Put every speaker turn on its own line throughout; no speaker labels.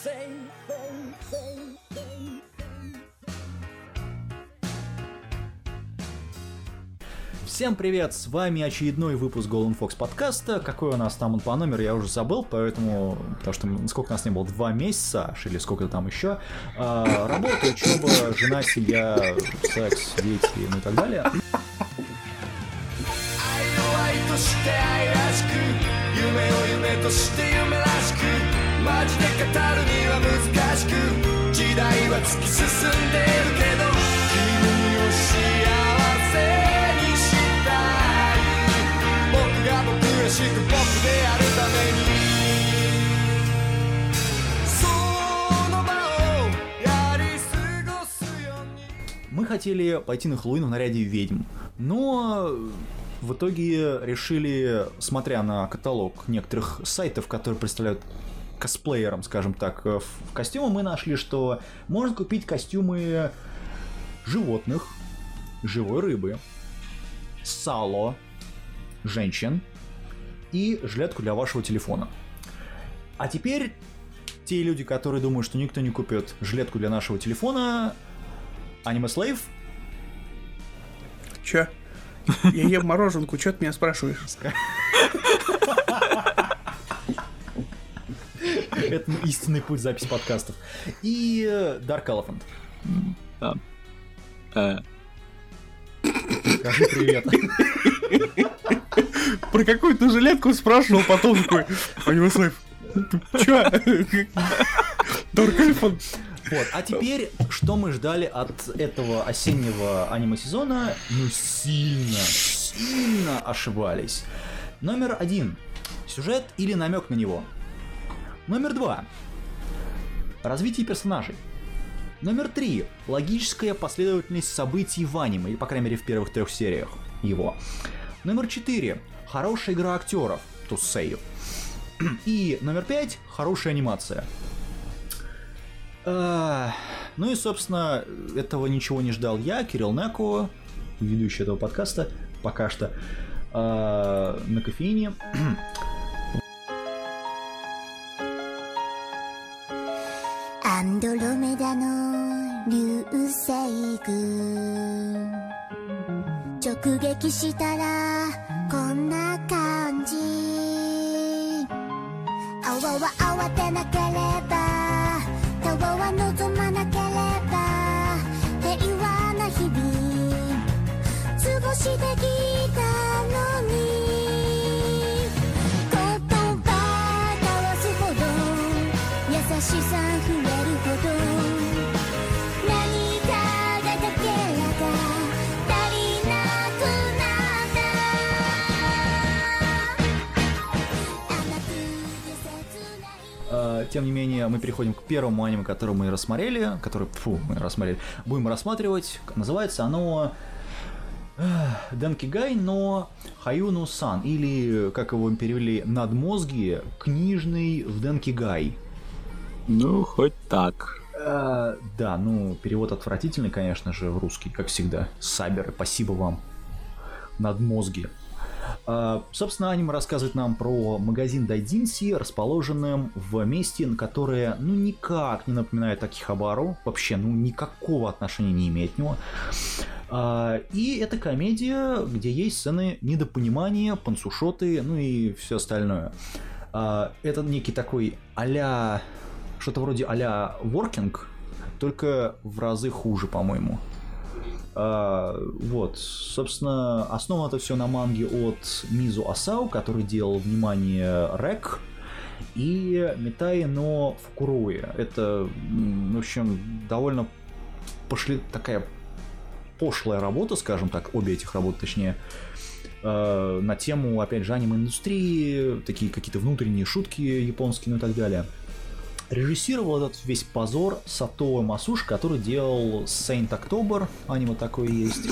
Всем привет, с вами очередной выпуск Golden Fox подкаста. Какой у нас там он по номеру, я уже забыл, поэтому, потому что сколько нас не было, 2 месяца, аж, или сколько там еще. Работа, учеба, жена, семья, секс, дети, ну и так далее. Мы хотели пойти на Хэллоуин в наряде ведьм, но в итоге решили, смотря на каталог некоторых сайтов, которые представляют косплеерам, скажем так, в костюмы, мы нашли, что можно купить костюмы животных, живой рыбы, сало, женщин и жилетку для вашего телефона. А теперь те люди, которые думают, что никто не купит жилетку для нашего телефона, Anime Slave?
Чё? Я ем мороженку, чё ты меня спрашиваешь?
Это истинный путь записи подкастов. И Dark Elephant. Скажи привет.
Про какую-то жилетку спрашивал, потом такой: Anime Slave. Чё? Dark Elephant.
Вот, а теперь, что мы ждали от этого осеннего аниме-сезона? Ну, сильно ошибались. Номер 1. Сюжет или намек на него. Номер 2. Развитие персонажей. Номер 3. Логическая последовательность событий в аниме, или, по крайней мере, в первых 3 сериях его. Номер 4. Хорошая игра актеров, to say. И номер 5. Хорошая анимация. Ну и, собственно, этого ничего не ждал я, Кирилл Неко, ведущий этого подкаста, пока что, на кофеине. Андромедаの流星群直撃したらこんな感じ青は慌てなければ望まなければ平和な日々過ごしてきたのに言葉交わすほど優しさ溢れるほど何かがかけらが足りなくなった甘くて切ない。Тем не менее, мы переходим к первому аниме, которое мы рассмотрели, будем рассматривать. Называется оно Денкигай но Хаюну-сан, или, как его перевели, надмозги, книжный в Денкигай.
Ну, хоть так.
Да, ну, перевод отвратительный, конечно же, в русский, как всегда. Саберы, спасибо вам. Надмозги. Собственно, аниме рассказывает нам про магазин Дайдинси, расположенным в месте, на которое, ну, никак не напоминает Акихабару, вообще, ну, никакого отношения не имеет к нему. И это комедия, где есть сцены недопонимания, пансушоты, ну и все остальное. Это некий такой а-ля, что-то вроде а-ля Working, только в разы хуже, по-моему. Вот, собственно, основано это все на манге от Мизу Асао, который делал «Внимание, Рэк», и Митай но Фукуруи. Это, в общем, довольно такая пошлая работа, скажем так, обе этих работы, точнее, на тему, опять же, аниме-индустрии, такие какие-то внутренние шутки японские, ну и так далее. Режиссировал этот весь позор Сатоу Масуши, который делал Saint October, аниме такое есть.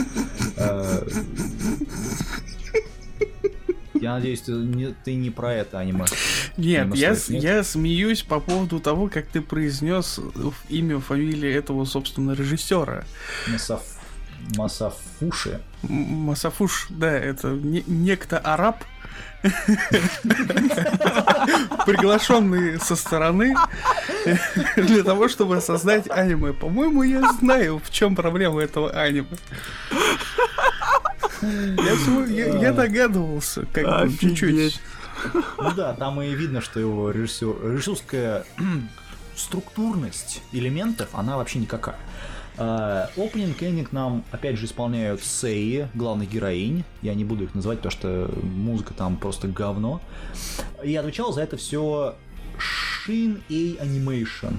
Я надеюсь, ты не про это аниме.
Нет, я смеюсь по поводу того, как ты произнес имя, фамилию этого, собственно, режиссера.
Масафуши.
Масафуш, да, это некто араб, приглашенный со стороны для того, чтобы создать аниме. По-моему, я знаю, в чем проблема этого аниме. Я догадывался, как бы чуть-чуть.
Ну да, там и видно, что его режиссерская структурность элементов, она вообще никакая. Опенинг, эндинг нам опять же исполняют Сеи, главных героинь. Я не буду их называть, потому что музыка там просто говно. И отвечал за это все Shin-Ei Animation.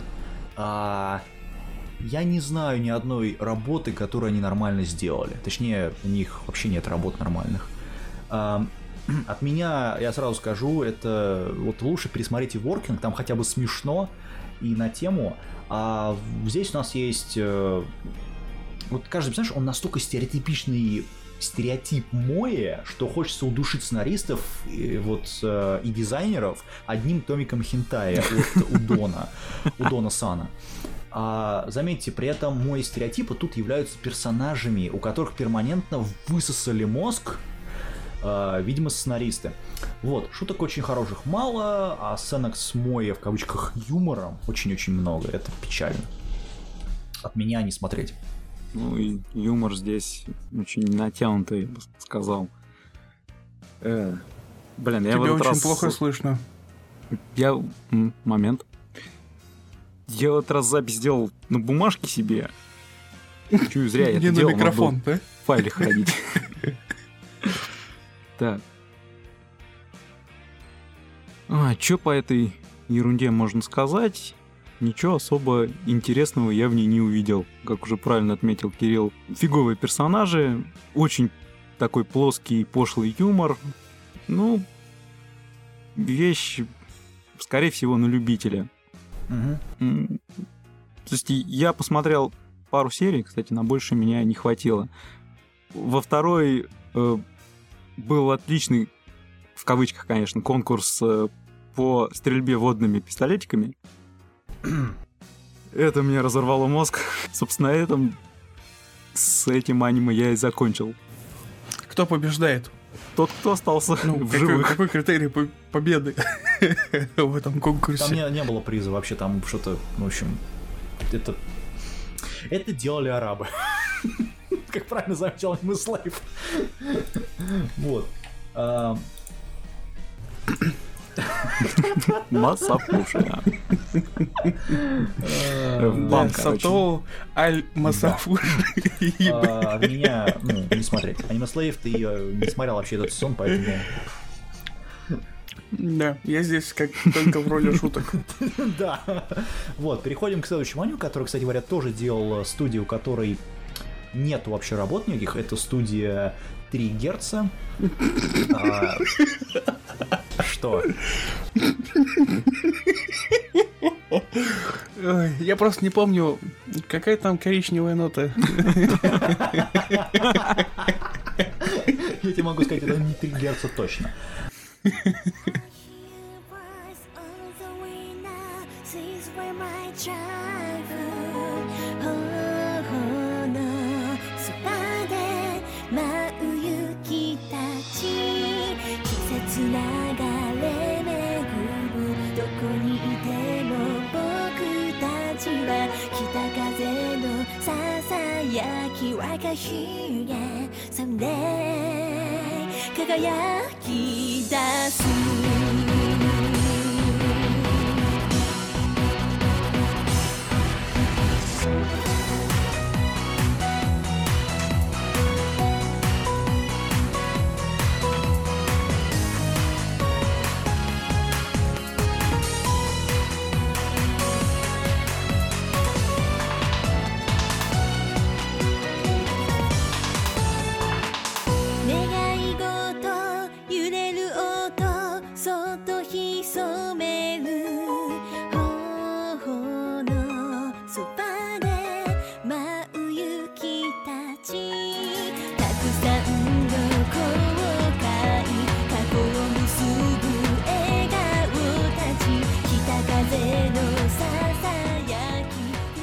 Я не знаю ни одной работы, которую они нормально сделали. Точнее, у них вообще нет работ нормальных. От меня, я сразу скажу, это вот лучше пересмотрите Working, там хотя бы смешно и на тему. А здесь у нас есть... Вот каждый персонаж, он настолько стереотипичный стереотип Моэ, что хочется удушить сценаристов и дизайнеров одним томиком хентая от Удона Сана. Заметьте, при этом мои стереотипы тут являются персонажами, у которых перманентно высосали мозг, видимо, сценаристы. Вот, шуток очень хороших мало, а сценок с Моэ, в кавычках, юмором очень-очень много. Это печально. От меня не смотреть.
Ну и юмор здесь очень натянутый, я бы сказал. Блин, я в
Тебя
этот
очень
раз...
плохо слышно.
Момент. Я в этот раз запись сделал на бумажке себе. Чую, зря я это
Не
делал.
на микрофон,
надо было
да?
в файле хранить. Так. Что по этой ерунде можно сказать? Ничего особо интересного я в ней не увидел. Как уже правильно отметил Кирилл. Фиговые персонажи, очень такой плоский пошлый юмор. Ну, вещь, скорее всего, на любителя. То есть я посмотрел пару серий, кстати, на больше меня не хватило. Во второй был отличный, в кавычках, конечно, конкурс по стрельбе водными пистолетиками. Это мне разорвало мозг. Собственно, с этим аниме я и закончил.
Кто побеждает?
Тот, кто остался в живых.
Какой критерий победы в этом конкурсе?
Там не было приза вообще, там что-то, в общем, это делали арабы. Как правильно заметил Anime Slave. Вот.
Масафуша.
Сато Аль-Масафуш.
Меня, не смотреть. Anime Slave, ты не смотрел вообще этот сезон, поэтому...
Да, я здесь как только в роли шуток.
Да. Вот, переходим к следующему аниме, который, кстати говоря, тоже делал студию, у которой нету вообще работ никаких. Это студия 3 Герца. Что?
Ой, я просто не помню, какая там коричневая нота.
Я тебе могу сказать, это не 3 Герца точно.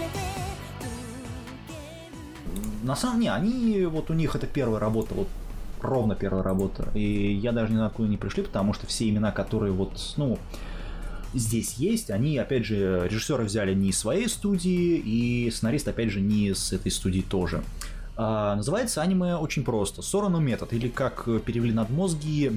На самом деле, они, вот у них это первая работа, вот ровно первая работа. И я даже ни на откуда не пришли, потому что все имена, которые вот, ну, здесь есть, они, опять же, режиссеры взяли не из своей студии, и сценарист, опять же, не из этой студии тоже. Называется аниме очень просто. Сора но Метод, или как перевели надмозги,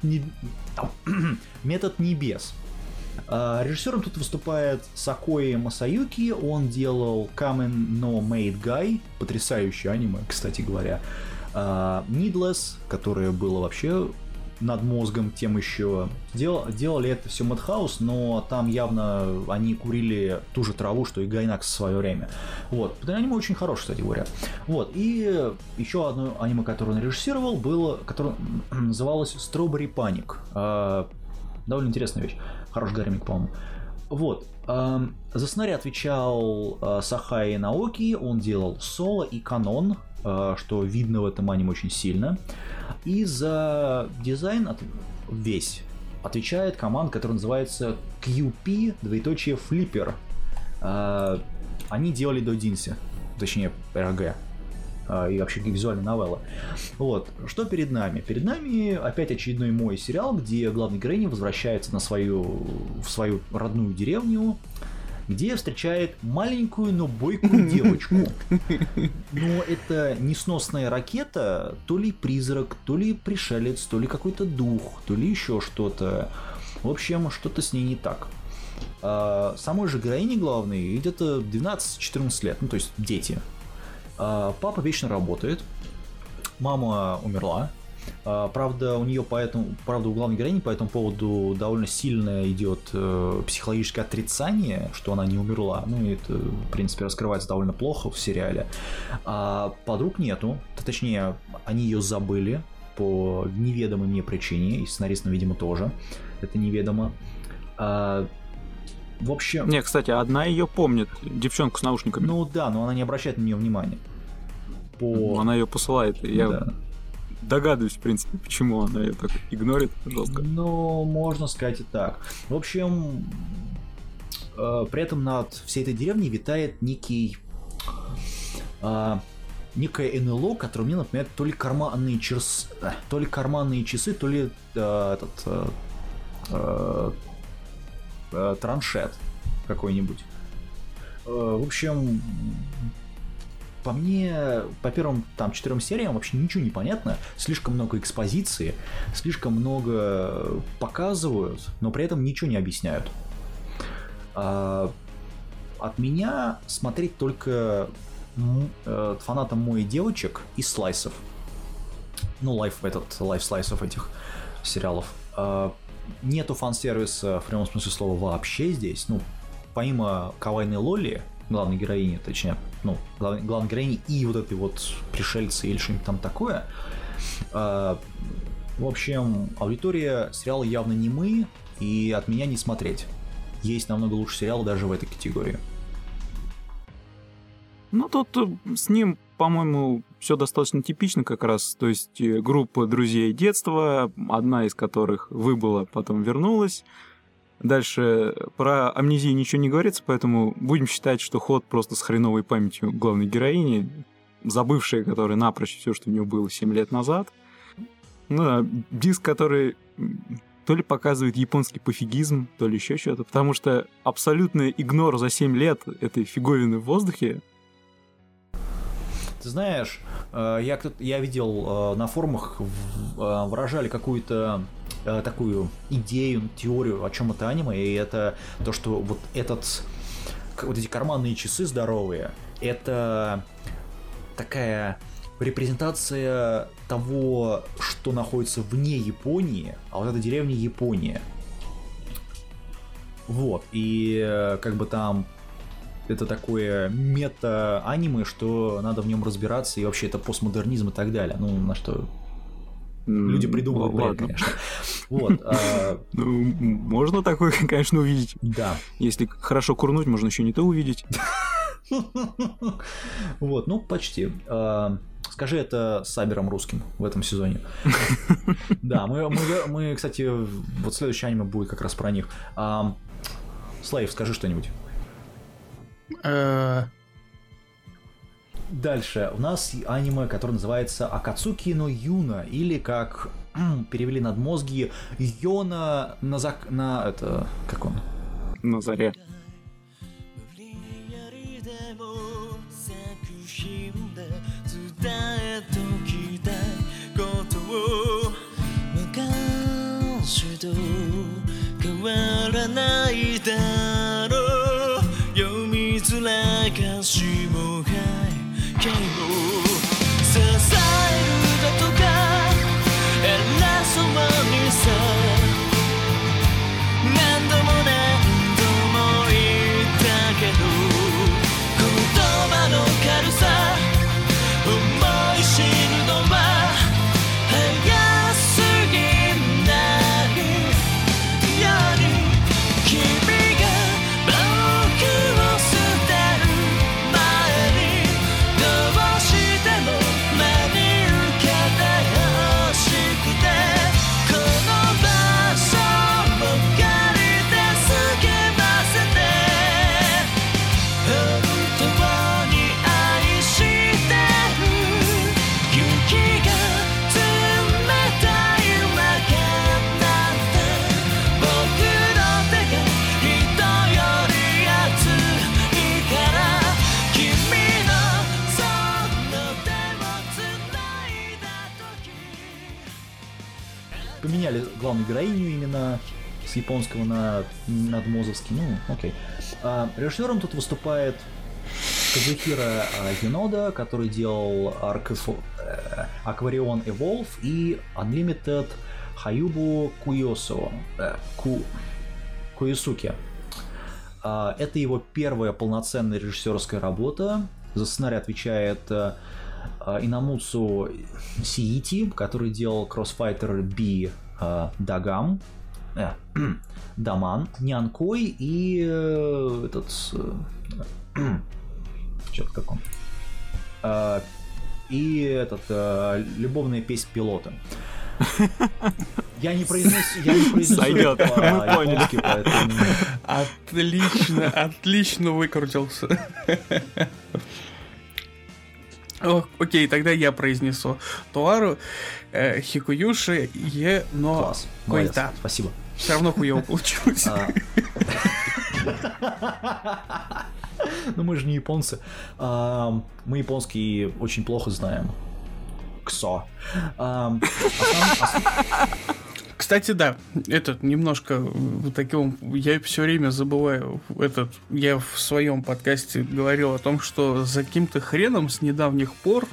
Метод небес. Режиссером тут выступает Сакои Масаюки, он делал Kamen no Maid Guy, потрясающее аниме, кстати говоря. Needless, которое было вообще над мозгом тем еще. Делали это все Madhouse, но там явно они курили ту же траву, что и Гайнакс в свое время. Вот. Аниме очень хорошее, кстати говоря. Вот. И еще одно аниме, которое он режиссировал, было, которое называлось Strawberry Panic. Довольно интересная вещь. Хороший гаремик, по-моему. Вот. За сценарий отвечал Сахаи Наоки, он делал Соло и Канон, что видно в этом аниме очень сильно. И за дизайн весь отвечает команда, которая называется QP, Flipper. Они делали Додинси, точнее РГ, и вообще визуальные новеллы. Вот. Что перед нами? Перед нами опять очередной мой сериал, где главный героиня возвращается в свою родную деревню, где встречает маленькую, но бойкую девочку. Но это несносная ракета, то ли призрак, то ли пришелец, то ли какой-то дух, то ли еще что-то. В общем, что-то с ней не так. Самой же героине главной где-то 12-14 лет, ну то есть дети. Папа вечно работает, мама умерла. Правда, у главной героини по этому поводу довольно сильно идет психологическое отрицание, что она не умерла. Ну, и это, в принципе, раскрывается довольно плохо в сериале. А подруг нету, точнее, они ее забыли по неведомой мне причине, и сценаристам, видимо, тоже это неведомо. В общем...
Не, кстати, одна ее помнит, девчонку с наушниками.
Ну да, но она не обращает на нее внимания.
Она ее посылает, я догадываюсь, в принципе, почему она ее так игнорит жестко.
Ну, можно сказать и так. В общем, при этом над всей этой деревней витает некое НЛО, которое мне напоминает то ли карманные часы, то ли траншет какой-нибудь. В общем, по мне, по первым 4 сериям вообще ничего не понятно. Слишком много экспозиции, слишком много показывают, но при этом ничего не объясняют. От меня смотреть только фанатам моих девочек из слайсов. Ну, лайф-слайсов этих сериалов. Нету фан-сервиса в прямом смысле слова вообще здесь. Ну, помимо кавайной Лоли, главной героини, точнее, ну, главной героини и вот этой вот пришельцы или что-нибудь там такое. В общем, аудитория сериала явно не мы, и от меня не смотреть. Есть намного лучше сериалы даже в этой категории.
Ну, тут с ним, по-моему, все достаточно типично как раз. То есть группа друзей детства, одна из которых выбыла, потом вернулась. Дальше про амнезию ничего не говорится, поэтому будем считать, что ход просто с хреновой памятью главной героини, забывшая, которая напрочь все, что у нее было 7 лет назад. Ну да, диск, который то ли показывает японский пофигизм, то ли еще что-то, потому что абсолютный игнор за 7 лет этой фиговины в воздухе.
Ты знаешь, я видел на форумах выражали какую-то такую идею, теорию, о чем это аниме, и это то, что вот эти карманные часы здоровые, это такая репрезентация того, что находится вне Японии, а вот эта деревня Япония. Вот, и как бы там это такое мета-аниме, что надо в нем разбираться, и вообще это постмодернизм и так далее. Ну, на что люди придумывают бред, конечно. Вот.
Ну, можно такое, конечно, увидеть.
Да.
Если хорошо курнуть, можно еще не то увидеть.
Вот, ну, почти. Скажи это сабером русским в этом сезоне. Да, мы, кстати, вот следующее аниме будет как раз про них. Слейв, скажи что-нибудь. Дальше у нас аниме, которое называется Акацуки но Юна, или как перевели надмозги, Йона на это... Как он?
На заре.
Поменяли главную героиню именно с японского на надмозовский. Ну, окей. Режиссером тут выступает Казухиро Янода, который делал Aquarion Evolve и Unlimited Hayubu Kuyosuke. Это его первая полноценная режиссерская работа. За сценарий отвечает Инамуцу Сиити, который делал Crossfighter B Дагам, Даман, Нянкой и этот... Что-то как он? И этот любовная песня пилота. Я не произнесу
Сойдет, мы поняли.
Поэтому... Отлично выкрутился. Окей, тогда я произнесу. Туару Хикуюши но Койта.
Спасибо.
Все равно хуево получилось.
Ну мы же не японцы. Мы японский очень плохо знаем. Ксо.
Кстати, да, этот немножко вот таким, я все время забываю, я в своем подкасте говорил о том, что за каким-то хреном с недавних пор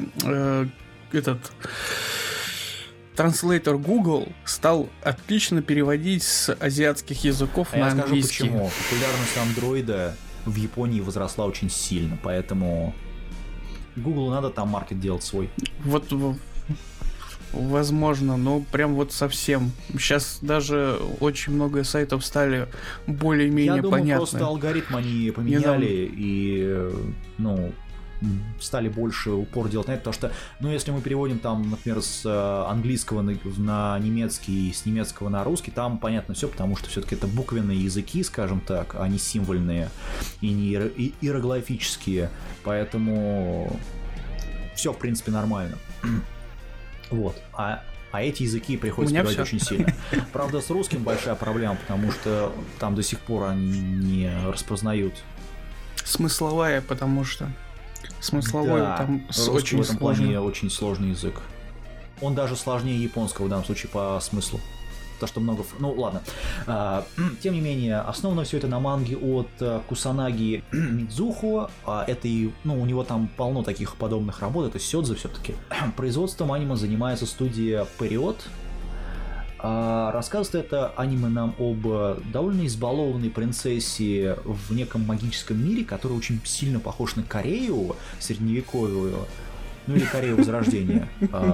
транслейтер Google стал отлично переводить с азиатских языков на английский.
Я скажу почему. Популярность андроида в Японии возросла очень сильно, поэтому Google надо там маркет делать свой.
Вот, возможно, но прям вот совсем. Сейчас даже очень много сайтов стали более-менее понятны.
Я думаю, просто алгоритм они поменяли и, стали больше упор делать на это, потому что, если мы переводим там, например, с английского на немецкий, с немецкого на русский, там понятно все, потому что все-таки это буквенные языки, скажем так, а не символьные и не иероглифические, поэтому все, в принципе, нормально. Вот. А эти языки приходится переводить очень сильно. Правда, с русским большая проблема, потому что там до сих пор они не распознают.
Смысловая, потому что смысловой там очень
в этом
сложный.
плане очень сложный язык. Он даже сложнее японского в данном случае по смыслу. То, что много... Ну, ладно. Тем не менее, основано все это на манге от Кусанаги Мидзухо. Это и... у него там полно таких подобных работ. Это сёдзе все-таки. Производством аниме занимается студия Period. Рассказывает это аниме нам об довольно избалованной принцессе в неком магическом мире, который очень сильно похож на Корею средневековую, или Корею Возрождения.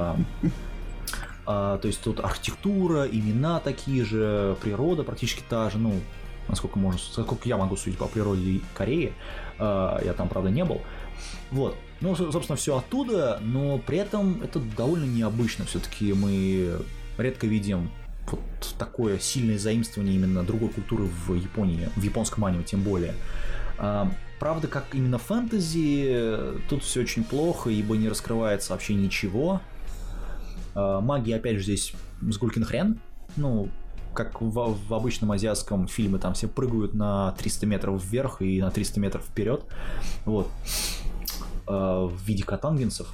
То есть тут архитектура, имена такие же, природа практически та же, насколько я могу судить по природе Кореи, я там, правда, не был. Вот. Собственно, все оттуда, но при этом это довольно необычно. Все-таки мы редко видим вот такое сильное заимствование именно другой культуры в Японии, в японском аниме тем более. Правда, как именно фэнтези, тут все очень плохо, ибо не раскрывается вообще ничего. Магия, опять же, здесь сгулькин хрен. Ну, как в обычном азиатском фильме, там все прыгают на 300 метров вверх и на 300 метров вперед. Вот. В виде катангенсов.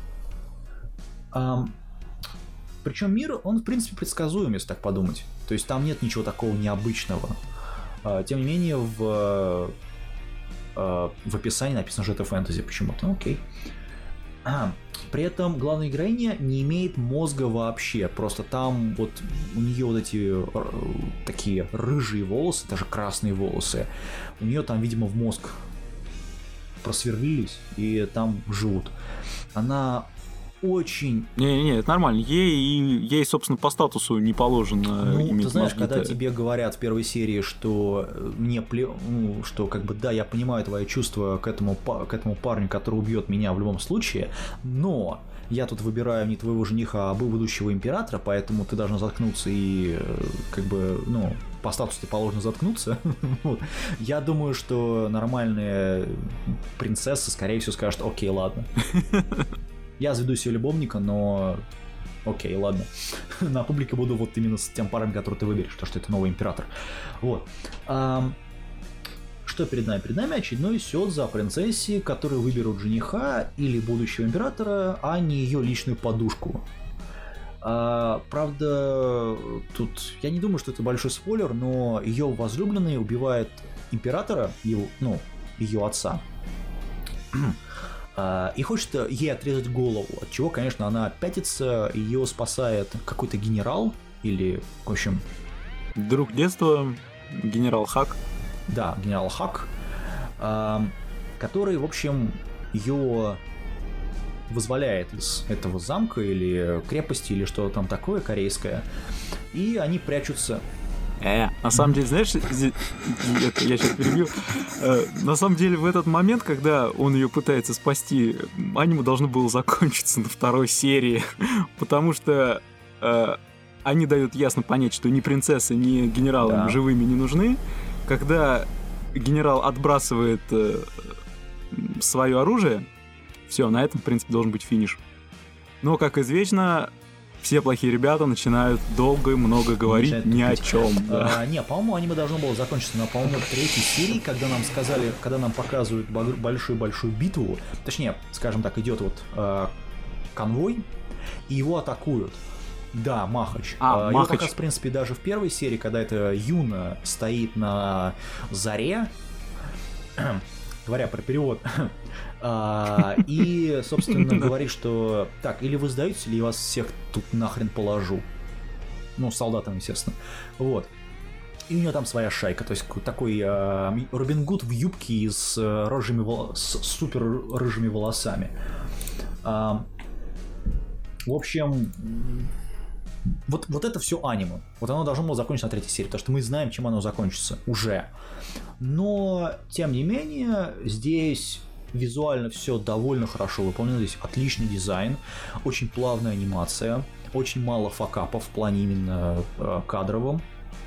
Причем мир, он, в принципе, предсказуем, если так подумать. То есть там нет ничего такого необычного. Тем не менее, в описании написано, что это фэнтези почему-то. Окей. При этом главная героиня не имеет мозга вообще. Просто там вот у нее вот эти такие рыжие волосы, даже красные волосы. У нее там, видимо, в мозг просверлились и там живут. Она очень...
Не, это нормально. Ей, собственно, по статусу не положено иметь
ты знаешь,
мозги-то.
когда тебе говорят в первой серии, что что как бы да, я понимаю твои чувства к этому парню, который убьет меня в любом случае, но я тут выбираю не твоего жениха, а будущего императора, поэтому ты должна заткнуться и как бы, по статусу тебе положено заткнуться. Я думаю, что нормальные принцессы, скорее всего, скажут: окей, ладно. Я заведу себе любовника, но окей, ладно. На публике буду вот именно с тем парнем, который ты выберешь, потому что это новый император. Вот. Что перед нами? Перед нами очередной сёдзе о принцессе, которые выберут жениха или будущего императора, а не ее личную подушку. Правда, тут я не думаю, что это большой спойлер, но ее возлюбленный убивает императора, ее отца. И хочет ей отрезать голову, от чего, конечно, она пятится, ее спасает какой-то генерал, или, в общем...
Друг детства, генерал Хак.
Да, генерал Хак, который, в общем, ее вызволяет из этого замка или крепости, или что-то там такое корейское, и они прячутся...
На самом деле, знаешь, я сейчас перебью. На самом деле, в этот момент, когда он ее пытается спасти, аниме должно было закончиться на второй серии, потому что они дают ясно понять, что ни принцесса, ни генерал живыми не нужны. Когда генерал отбрасывает свое оружие, все, на этом, в принципе, должен быть финиш. Но, как известно, все плохие ребята начинают долго и много говорить ни о чем. Да.
Не, по-моему, аниме должно было закончиться на, по-моему, третьей серии, когда нам сказали, когда нам показывают большую-большую битву, точнее, скажем так, идет вот конвой, и его атакуют. Да, Махач. Его как раз, в принципе, даже в первой серии, когда это Юна стоит на заре, говоря про перевод, и, собственно, говорит, что так, или вы сдаетесь, или я вас всех тут нахрен положу. Ну, солдатам, естественно. Вот. И у него там своя шайка, то есть такой Робин Гуд в юбке и с супер рыжими волосами. В общем, вот это все аниме. Вот оно должно было закончиться на третьей серии, потому что мы знаем, чем оно закончится уже. Но, тем не менее, здесь визуально все довольно хорошо выполнено. Здесь отличный дизайн, очень плавная анимация, очень мало факапов в плане именно кадровом.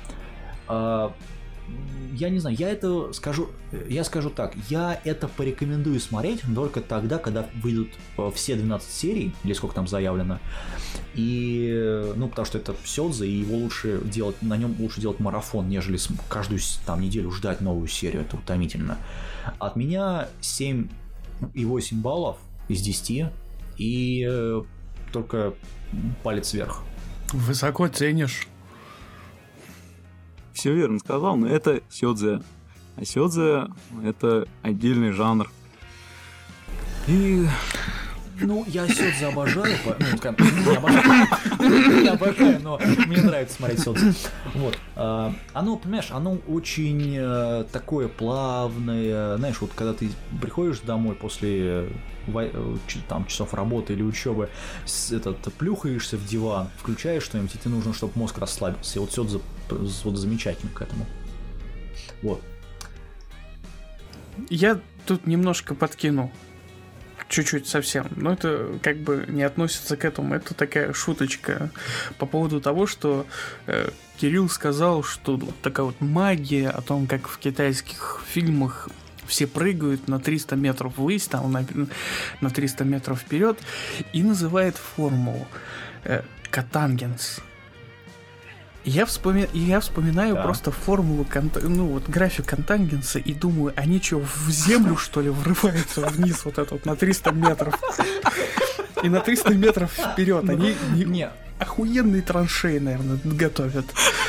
Я не знаю, я скажу так, я это порекомендую смотреть только тогда, когда выйдут все 12 серий, или сколько там заявлено, и, потому что это сёдзе, и его лучше делать, на нем лучше делать марафон, нежели каждую там неделю ждать новую серию, это утомительно. От меня 7,8 баллов из 10, и только палец вверх.
Высоко ценишь.
Все верно сказал, но это сёдзе. А сёдзе — это отдельный жанр. И...
я сёдзе обожаю, не обожаю, но мне нравится смотреть сёдзе. Вот. Оно, понимаешь, оно очень такое плавное. Знаешь, вот когда ты приходишь домой после там, часов работы или учебы, плюхаешься в диван, включаешь что-нибудь, и тебе нужно, чтобы мозг расслабился. И вот сёдзе вот замечательно к этому. Вот.
Я тут немножко подкину. Чуть-чуть совсем. Но это как бы не относится к этому. Это такая шуточка по поводу того, что Кирилл сказал, что такая вот магия о том, как в китайских фильмах все прыгают на 300 метров ввысь, там на 300 метров вперед, и называет формулу котангенс. Я вспоминаю просто формулу, график контангенса и думаю, они что, в землю, что ли, врываются вниз вот этот на 300 метров? И на 300 метров вперед они охуенные траншеи, наверное, готовят.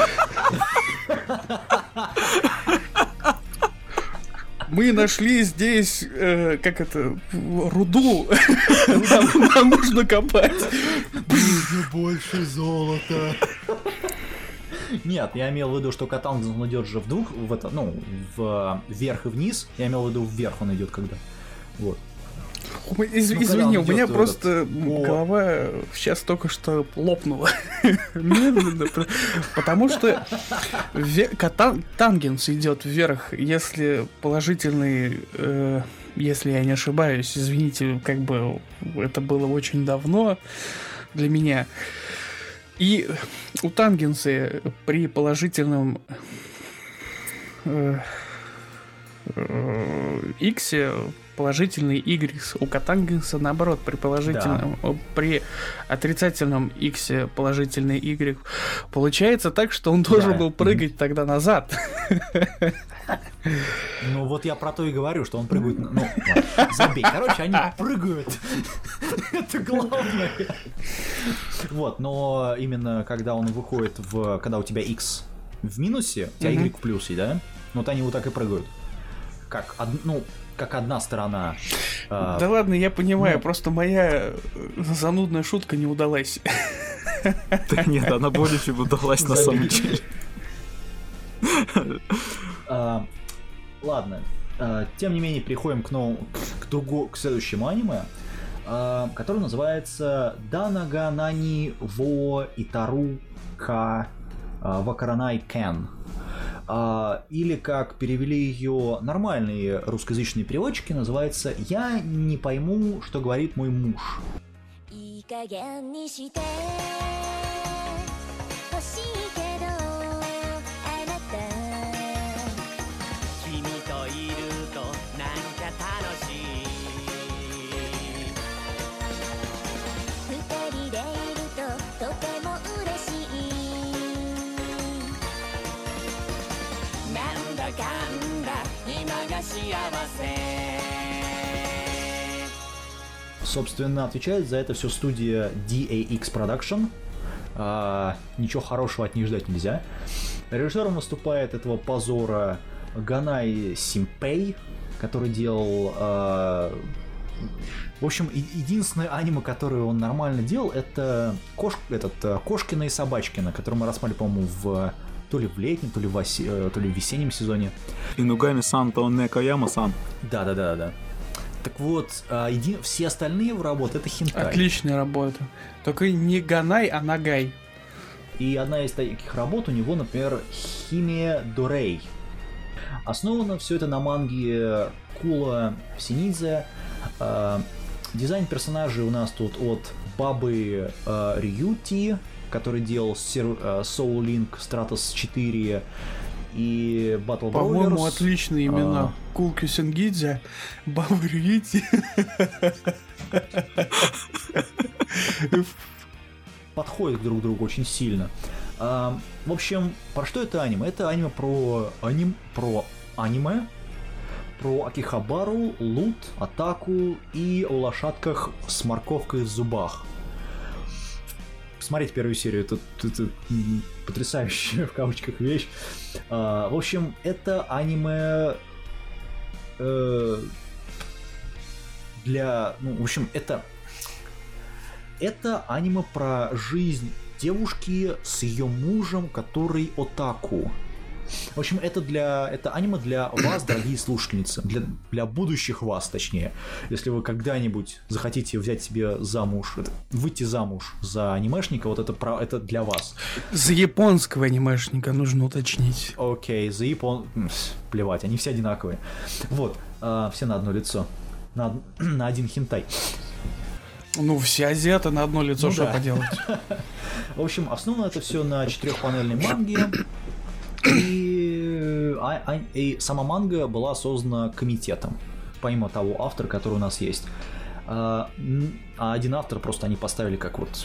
Мы нашли здесь, руду. Нам нужно копать.
Нужно больше золота. Нет, я имел в виду, что Катангенс он идет же вверх и вниз. Я имел в виду вверх он идет когда. Вот.
Извини, у меня просто голова сейчас только что лопнула. Медленно. Потому что тангенс идет вверх, если положительный, если я не ошибаюсь, извините, как бы это было очень давно для меня. И у тангенса при положительном x положительный y, у котангенса наоборот, при положительном, при отрицательном x положительный y. Получается так, что он должен был прыгать тогда назад.
Ну вот я про то и говорю, что он прыгает. Забей. Короче, они прыгают. Это главное. Вот, но именно когда он выходит когда у тебя x в минусе, у тебя y в плюсе, да? Вот они вот так и прыгают. Как одна сторона.
Да ладно, я понимаю, просто моя занудная шутка не удалась.
Да нет, она более чем удалась на самом деле.
Ладно. Тем не менее, переходим к следующему аниме, которое называется Данага-нани во Итару ка Вакаранай Кен. Или, как перевели ее нормальные русскоязычные переводчики, называется «Я не пойму, что говорит мой муж». Собственно, отвечает за это все студия DAX Production. Ничего хорошего от них ждать нельзя. Режиссером выступает этого позора Ганай Симпей, который делал... В общем, единственное аниме, которое он нормально делал, это Кошкина и Собачкина, который мы рассматривали, по-моему, то ли в летнем, то ли в весеннем сезоне.
Инугами-сан то Некаяма-сан.
Да. Так вот, все остальные в работе это хентай.
Отличная работа. Только не Ганай, а Нагай.
И одна из таких работ у него, например, Химе Дорей. Основано все это на манге Кула Синидзе. Дизайн персонажей у нас тут от Бабы Рьюти, который делал Soul Link, Stratos 4 и Battle Brawlers.
По-моему, отличные имена. Кулки Сенгидзе, Баба Рьюти.
Подходят друг к другу очень сильно. В общем, про что это аниме? Это аниме про аниме, про Акихабару, лут, атаку и о лошадках с морковкой в зубах. Посмотрите первую серию, это потрясающая в кавычках вещь. В общем, это аниме это аниме про жизнь девушки с ее мужем, который отаку. В общем, это аниме для вас, дорогие слушательницы, для будущих вас, точнее. Если вы когда-нибудь захотите взять себе замуж, выйти замуж за анимешника, вот это для вас.
За японского анимешника нужно уточнить.
Окей, плевать, они все одинаковые. Вот, все на одно лицо, на один хентай.
Ну, все азиаты на одно лицо, что поделать. В
общем, основано это все на 4-панельной манге. И И сама манга была создана комитетом, помимо того автора, который у нас есть. А один автор просто они поставили как вот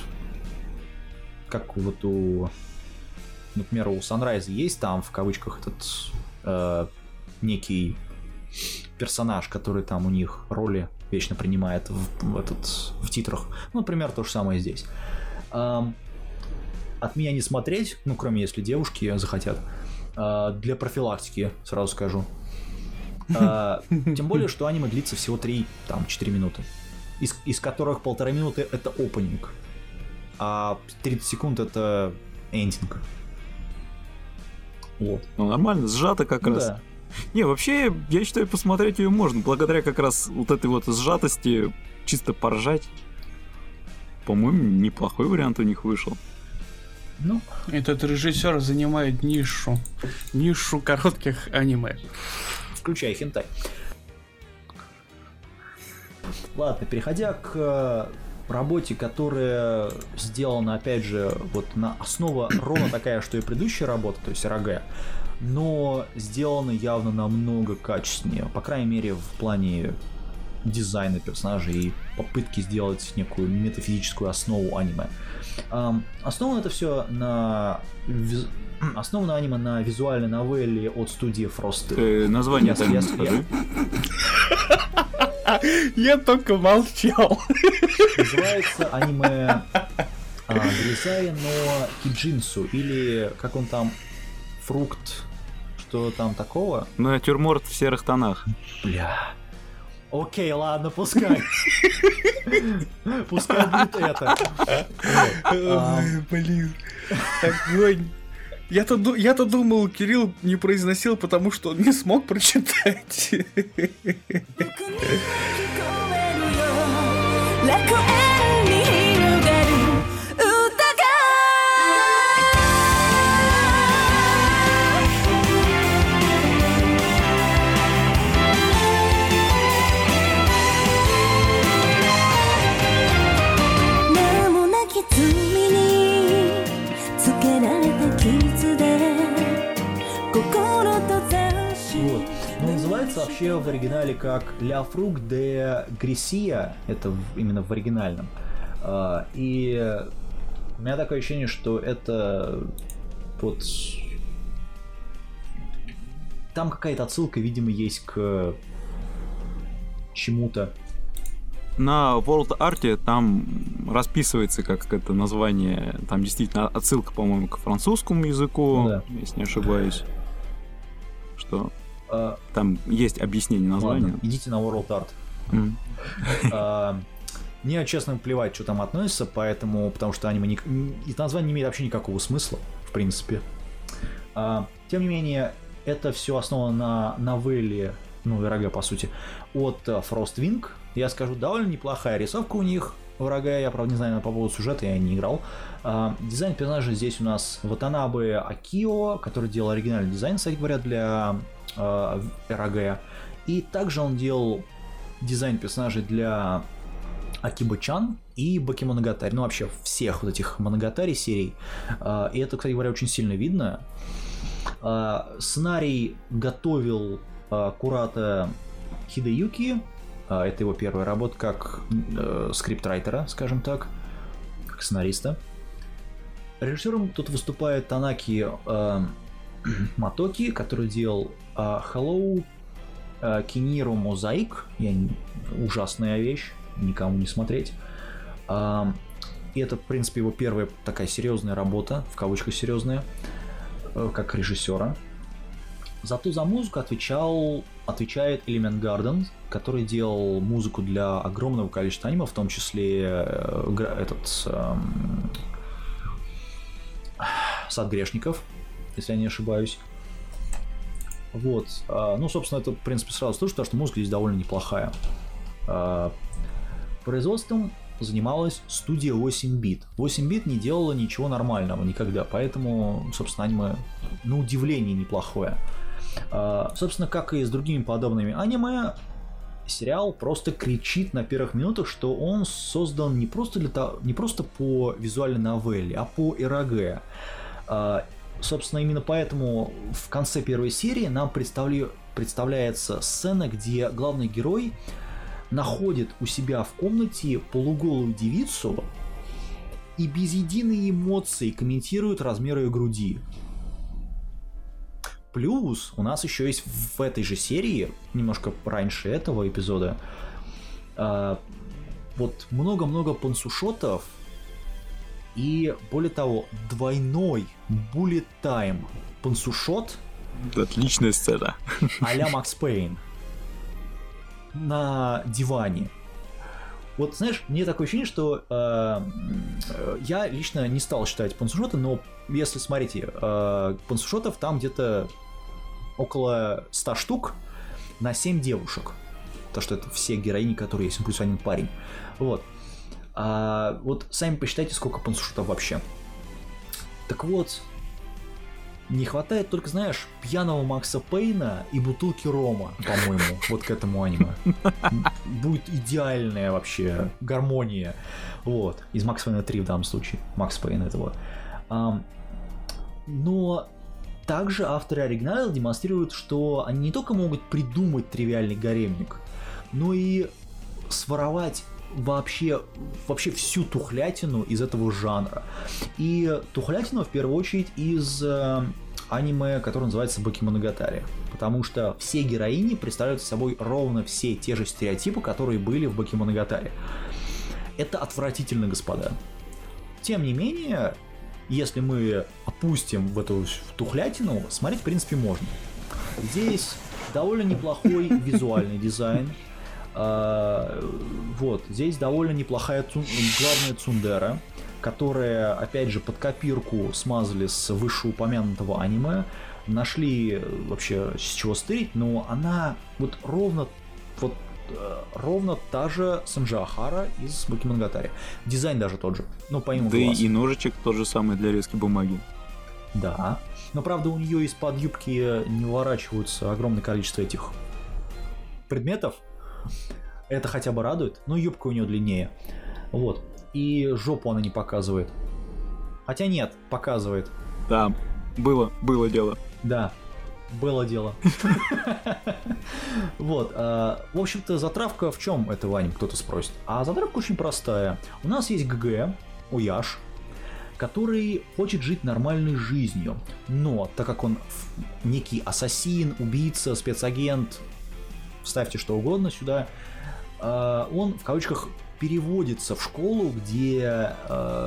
у, например, у Sunrise есть там в кавычках этот некий персонаж, который там у них роли вечно принимает в титрах. Ну, например, то же самое здесь. От меня не смотреть, ну, кроме если девушки захотят. Для профилактики, сразу скажу. Тем более, что аниме длится всего 3-4 минуты. Из которых 1,5 минуты это опенинг, а 30 секунд это эндинг. Вот.
Ну, нормально, сжато как раз.
Да.
Не, вообще, я считаю, посмотреть ее можно, благодаря как раз вот этой вот сжатости, чисто поржать. По-моему, неплохой вариант у них вышел.
Ну,
этот режиссер занимает нишу коротких аниме.
Включай хентай. Ладно, переходя к работе, которая сделана, опять же, вот на основа ровно такая, что и предыдущая работа, то есть РГ, но сделана явно намного качественнее, по крайней мере, в плане дизайна персонажей и попытки сделать некую метафизическую основу аниме. Основано это все основано аниме на визуальной новелле от студии Frost.
Название так скажи.
Я только молчал.
Называется аниме Гризай но Киджинсу, или как он там, фрукт, что там такого?
Натюрморт в серых тонах.
Бля. Окей, ладно, пускай. Пускай будет это.
Блин. Огонь. Я-то думал, Кирилл не произносил, потому что он не смог прочитать.
Вот. Но называется вообще в оригинале как «La Fruc de Grecia», это именно в оригинальном. И у меня такое ощущение, что это вот... Там какая-то отсылка, видимо, есть к чему-то.
На World Art там расписывается как это название, там действительно отсылка, по-моему, к французскому языку,
да,
если не ошибаюсь, что там есть объяснение названия.
Ладно, идите на World Art. Мне, честно, плевать, что там относится, потому что аниме название не имеет вообще никакого смысла, в принципе. Тем не менее, это все основано на новелле, РГ, по сути, от Frostwing. Я скажу, довольно неплохая рисовка у них в РГ, я, правда, не знаю по поводу сюжета, я не играл. Дизайн персонажей здесь у нас Ватанабе Акио, который делал оригинальный дизайн, кстати говоря, для РГ. И также он делал дизайн персонажей для Акиба-чан и Бакимоногатари, вообще всех вот этих Моногатари серий. И это, кстати говоря, очень сильно видно. Сценарий готовил Курата Хидеюки. Это его первая работа как скриптрайтера, скажем так, как сценариста. Режиссером тут выступает Танаки Матоки, который делал Hello Kiniro Mosaic. Ужасная вещь, никому не смотреть. И это, в принципе, его первая такая серьезная работа, в кавычках серьезная, как режиссера. Зато за музыку отвечает Element Garden, который делал музыку для огромного количества аниме, в том числе Сад грешников, если я не ошибаюсь. Вот. Собственно, это, в принципе, сразу слышу, потому что музыка здесь довольно неплохая. Производством занималась студия 8-бит. 8-бит не делала ничего нормального никогда, поэтому, собственно, аниме на удивление неплохое. Собственно, как и с другими подобными аниме, сериал просто кричит на первых минутах, что он создан не просто по визуальной новелле, а по РГ. собственно, именно поэтому в конце первой серии нам представляется сцена, где главный герой находит у себя в комнате полуголую девицу и без единой эмоции комментирует размер ее груди. Плюс у нас еще есть в этой же серии, немножко раньше этого эпизода, вот много-много пансушотов и, более того, двойной bullet time пансушот.
Отличная сцена.
А-ля Макс Пейн на диване. Вот, знаешь, мне такое ощущение, что я лично не стал считать пансушоты, но если смотрите, пансушотов там где-то около 100 штук на 7 девушек. То, что это все героини, которые есть, плюс один парень. Вот. Вот сами посчитайте, сколько пансушотов вообще. Так вот, не хватает только, знаешь, пьяного Макса Пейна и бутылки рома, по-моему, вот к этому аниме. Будет идеальная вообще гармония. Вот. Из Макса Пейна 3 в данном случае. Макс Пейн этого. Но также авторы оригинала демонстрируют, что они не только могут придумать тривиальный гаремник, но и своровать вообще всю тухлятину из этого жанра. И тухлятину в первую очередь из аниме, которое называется Бакимоногатари. Потому что все героини представляют собой ровно все те же стереотипы, которые были в Бакимоногатари. Это отвратительно, господа. Тем не менее, если мы опустим в эту тухлятину, смотреть в принципе можно. Здесь довольно неплохой визуальный дизайн. Вот, здесь довольно неплохая главная цундера, которая, опять же, под копирку смазали с вышеупомянутого аниме, нашли вообще с чего стырить, но она вот ровно та же Санджи Ахара из Бакимоногатари. Дизайн даже тот же, ну, помимо
да
глаз.
И ножичек тот же самый для резки бумаги.
Да, но правда у нее из-под юбки не выворачиваются огромное количество этих предметов. Это хотя бы радует, но юбка у нее длиннее. Вот. И жопу она не показывает. Хотя нет, показывает.
Да, было дело.
Да, было дело. Вот. В общем-то, затравка в чем этого аниме, кто-то спросит. А затравка очень простая. У нас есть ГГ, Ояш, который хочет жить нормальной жизнью. Но, так как он некий ассасин, убийца, спецагент, ставьте что угодно сюда, он, в кавычках, переводится в школу, где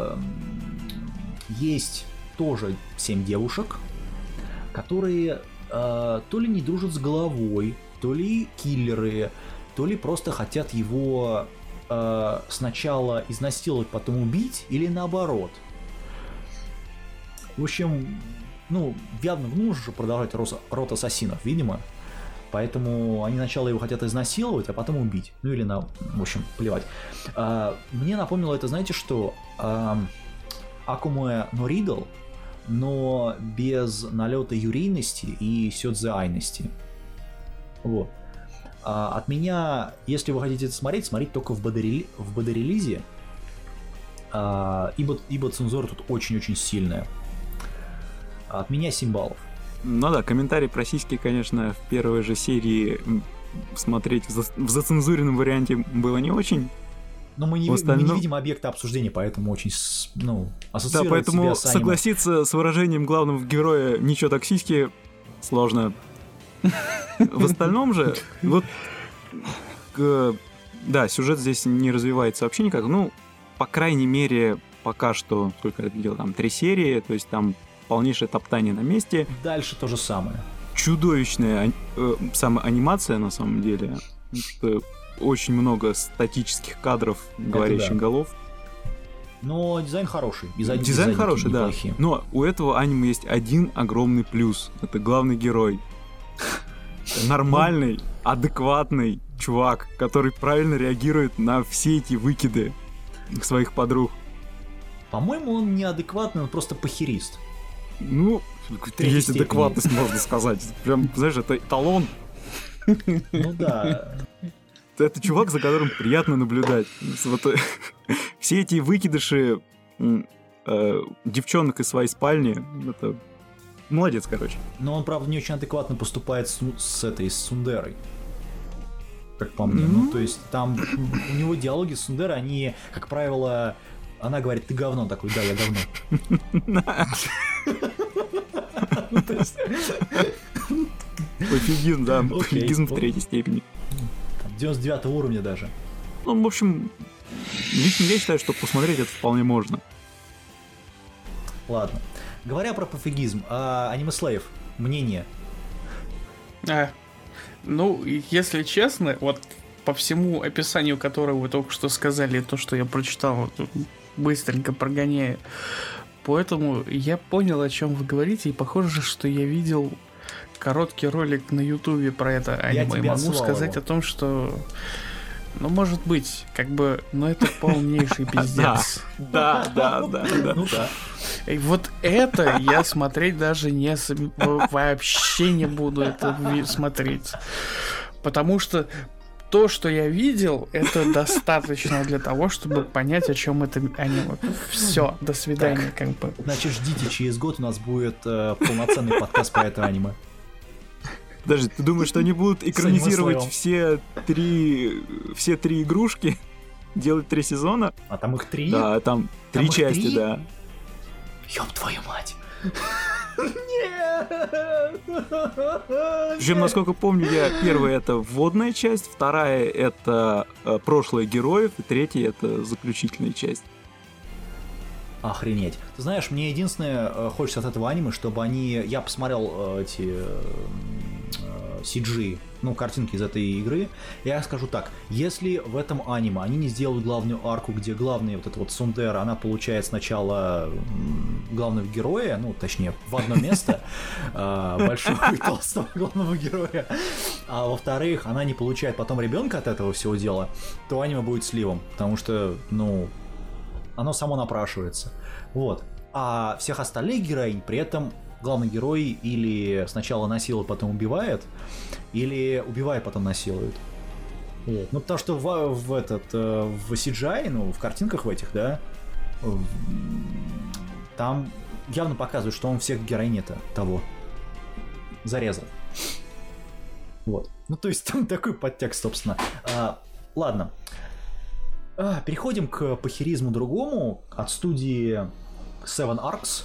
есть тоже 7 девушек, которые то ли не дружат с головой, то ли киллеры, то ли просто хотят его сначала изнасиловать, потом убить, или наоборот. В общем, ну, явно нужно же продолжать род ассасинов, видимо. Поэтому они сначала его хотят изнасиловать, а потом убить. Ну или в общем, плевать. Мне напомнило это, знаете что? Акуме но Ридл, но без налета юрийности и сёдзеайности. Вот. От меня, если вы хотите это смотреть только в бодерелизе, ибо цензура тут очень-очень сильная. От меня 7 баллов.
Ну да, комментарий про сиськи, конечно, в первой же серии смотреть в зацензуренном варианте было не очень.
Но мы не видим объекта обсуждения, поэтому очень, ассоциировать
да, поэтому
себя с аниме.
Согласиться с выражением главного героя «ничего так сиськи» сложно. В остальном же, вот, да, сюжет здесь не развивается вообще никак. Ну, по крайней мере, пока что, сколько я видел, там 3 серии, то есть там полнейшее топтание на месте.
Дальше то же самое.
Чудовищная анимация, на самом деле. Очень много статических кадров, говорящих голов.
Но дизайн хороший.
Дизайн хороший, да. Но у этого аниме есть один огромный плюс. Это главный герой. Нормальный, адекватный чувак, который правильно реагирует на все эти выкиды своих подруг.
По-моему, он неадекватный, он просто похерист.
Ну, есть адекватность, можно сказать. Прям, знаешь, это эталон.
Ну да.
Это чувак, за которым приятно наблюдать. Вот, все эти выкидыши девчонок из своей спальни, это Молодец, короче.
Но он, правда, не очень адекватно поступает с Сундерой. Как по мне. Ну, то есть, там у него диалоги с Сундерой, они, как правило, она говорит, ты говно, такой, да, я говно.
Пофигизм, да, пофигизм в третьей степени.
99 уровня даже.
Ну, в общем, лично я считаю, что посмотреть это вполне можно.
Ладно. Говоря про пофигизм, Anime Slave, мнение.
Ну, если честно, вот по всему описанию, которое вы только что сказали, то, что я прочитал, быстренько прогоняя, поэтому я понял, о чем вы говорите, и похоже, что я видел короткий ролик на Ютубе про это аниме. И могу сказать о том, что... Ну, может быть, как бы, но это полнейший пиздец.
Да.
И вот это я смотреть даже вообще не буду это смотреть. Потому что то, что я видел, это достаточно для того, чтобы понять, о чем это аниме. Все, до свидания, как бы.
Значит, ждите, через год у нас будет полноценный подкаст про это аниме.
Даже ты думаешь, что они будут экранизировать все три игрушки, делать 3 сезона?
А там их 3?
Да, там 3 части, 3? Да.
Ёб твою мать!
Причем, насколько помню, первая это вводная часть, вторая это прошлое героев, и третья это заключительная часть.
Охренеть. Ты знаешь, мне единственное хочется от этого аниме, чтобы они... Я посмотрел эти CG, ну, картинки из этой игры. Я скажу так, если в этом аниме они не сделают главную арку, где главный вот эта вот Сундера, она получает сначала главного героя, ну, точнее, в одно место, большого и толстого главного героя, а во-вторых, она не получает потом ребенка от этого всего дела, то аниме будет сливом, потому что, ну... оно само напрашивается. Вот. А всех остальных героинь при этом главный герой или сначала насилует, потом убивает, или убивает, потом насилует. Вот. Ну, потому что в CGI, ну, в картинках в этих, да, там явно показывают, что он всех героинь того зарезал. Вот. Ну, то есть там такой подтекст, собственно. Ладно. Переходим к похеризму другому от студии Seven Arcs.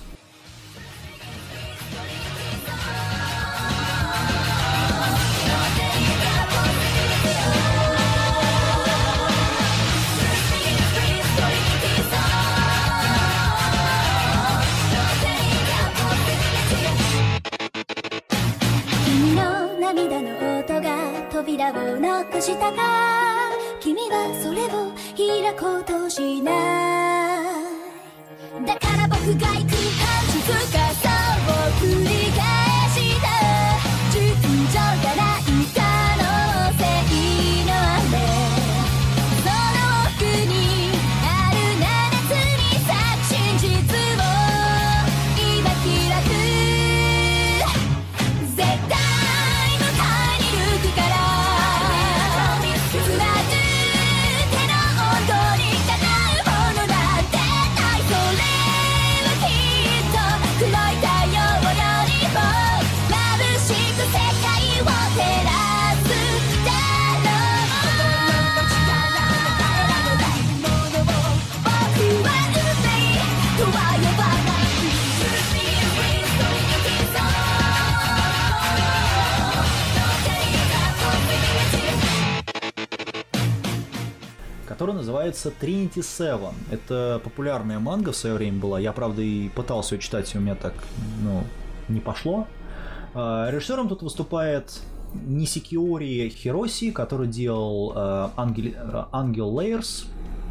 Которая называется Trinity Seven. Это популярная манга в свое время была. Я, правда, и пытался ее читать, и у меня так, ну, не пошло. Режиссером тут выступает Нисикиори Хироси, который делал Ангел Layers,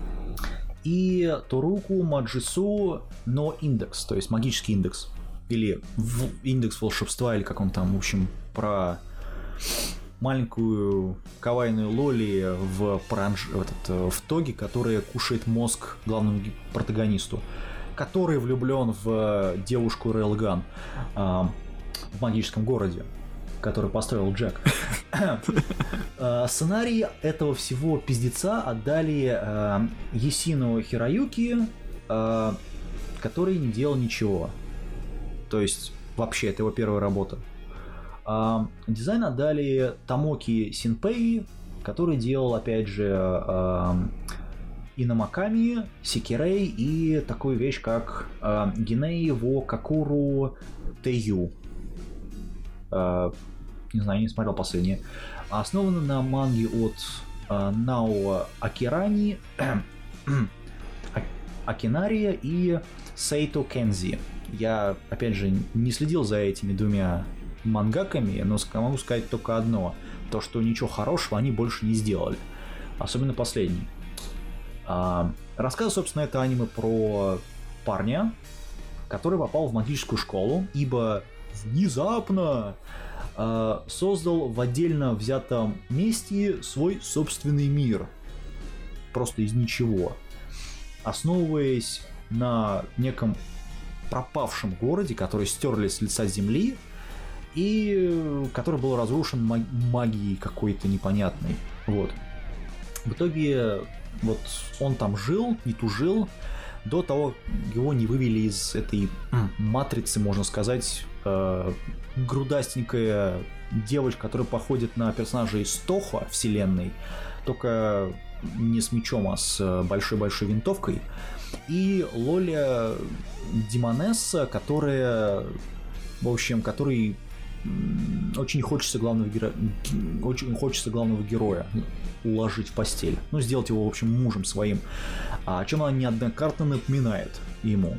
и Торуку Маджису но Индекс, то есть магический индекс. Или индекс волшебства, или как он там, в общем, про маленькую кавайную лоли в тоге, которая кушает мозг главному протагонисту, который влюблен в девушку Рейлган в магическом городе, который построил Джек. Сценарий этого всего пиздеца отдали Есину Хироюки, который не делал ничего. То есть Вообще, это его первая работа. Дизайн отдали Томоки Синпэй, который делал, опять же, Инамаками, Секирей и такую вещь, как Гиней во Какуру Тэйю. Не знаю, не смотрел последнее. Основано на манге от Нао Акирани, Акинария и Сейто Кензи. Я, опять же, не следил за этими двумя мангаками, но могу сказать только одно. То, что ничего хорошего они больше не сделали. Особенно последний. Рассказывает, собственно, это аниме про парня, который попал в магическую школу, ибо внезапно создал в отдельно взятом месте свой собственный мир. Просто из ничего. Основываясь на неком пропавшем городе, который стерли с лица земли, и который был разрушен магией какой-то непонятной. Вот. В итоге вот он там жил, не тужил, до того его не вывели из этой матрицы, можно сказать, грудастенькая девочка, которая походит на персонажа из Тохо вселенной, только не с мечом, а с большой-большой винтовкой. И Лоля Демонесса, которая, в общем, который очень хочется главного героя уложить в постель. Ну, сделать его, в общем, мужем своим. О чем она неоднократно напоминает ему.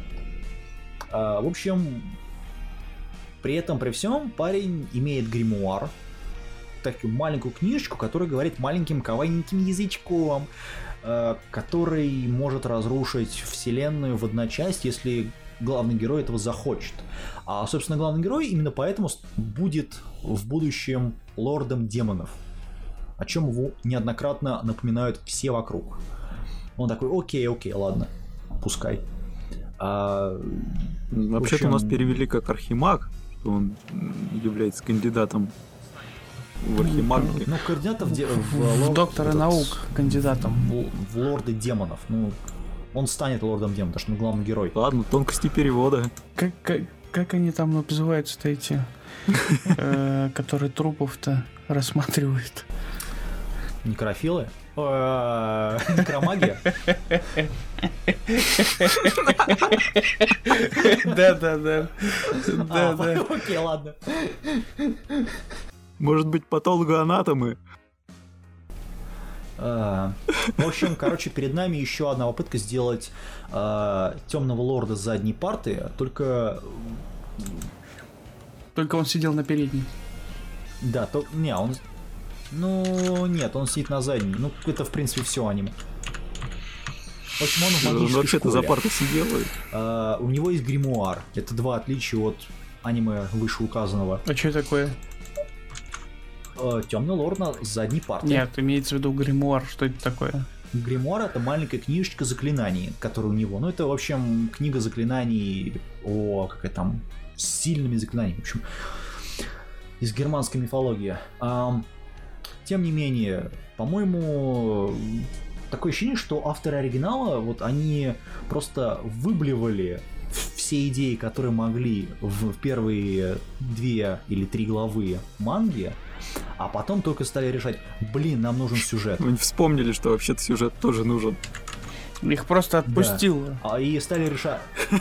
В общем, при этом, при всем, парень имеет гримуар, такую маленькую книжечку, которая говорит маленьким кавайненьким язычком, который может разрушить вселенную в одночасье, если главный герой этого захочет. А, собственно, главный герой именно поэтому будет в будущем лордом демонов, о чем его неоднократно напоминают все вокруг. Он такой: окей, ладно, пускай.
Вообще-то у нас перевели как архимаг, что он является кандидатом в архимаге.
Ну, кандидатов
в доктора наук кандидатом.
В лорды демонов. Ну, он станет лордом демонов, потому что он главный герой.
Ладно, тонкости перевода.
Как они там называются-то эти, которые трупов-то рассматривают?
Некрофилы? Некромагия?
Да.
Окей, ладно.
Может быть, патологоанатомы?
В общем, перед нами еще одна попытка сделать темного лорда с задней парты, только
он сидел на передней.
Да, он сидит на задней. Ну, это, в принципе, все аниме. В общем, он в магической
вообще-то
школе.
за партой сидел.
У него есть гримуар. Это два отличия от аниме вышеуказанного.
А что такое?
Темный лорд на задней парте.
Нет, имеется в виду гримуар. Что это такое?
Гримуар — это маленькая книжечка заклинаний, которая у него. Ну, это, в общем, книга заклинаний с сильными заклинаниями. В общем, из германской мифологии. Тем не менее, по-моему, такое ощущение, что авторы оригинала, вот они просто выблевали все идеи, которые могли в первые 2 или 3 главы манги, а потом только стали решать: нам нужен сюжет.
Они вспомнили, что вообще-то сюжет тоже нужен.
Их просто отпустило.
Да. И стали решать.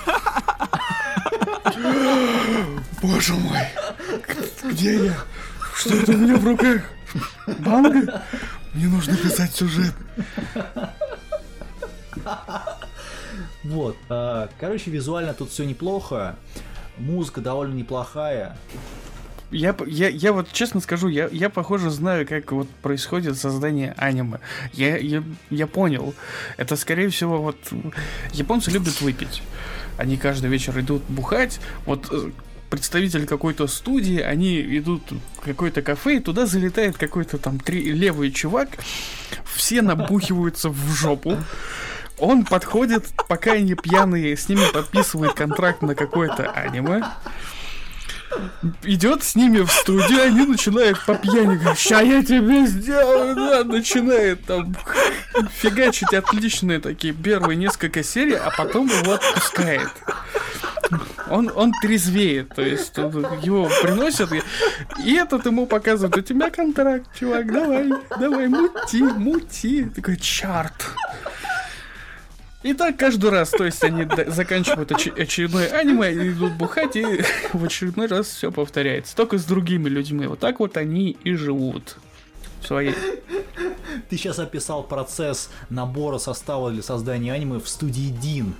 Боже мой, где я? Что это у меня в руках? Манга? Мне нужно писать сюжет.
Вот. Визуально тут все неплохо. Музыка довольно неплохая.
Я вот честно скажу, я похоже знаю, как вот происходит создание аниме. Я понял. Это, скорее всего, вот японцы любят выпить. Они каждый вечер идут бухать. Вот представитель какой-то студии, они идут в какое-то кафе, и туда залетает какой-то там левый чувак. Все набухиваются в жопу. Он подходит, пока они пьяные, с ними подписывает контракт на какое-то аниме. Идет с ними в студию, они начинают по пьяни говорить: ща я тебе сделаю, да, начинает там фигачить отличные такие первые несколько серий, а потом его отпускает. Он трезвеет, то есть его приносят, и этот ему показывает: у тебя контракт, чувак, давай, мути. Такой, черт. И так каждый раз, то есть они заканчивают очередное аниме, идут бухать, и в очередной раз все повторяется. Только с другими людьми. Вот так вот они и живут. Своей.
Ты сейчас описал процесс набора состава для создания аниме в студии Дин.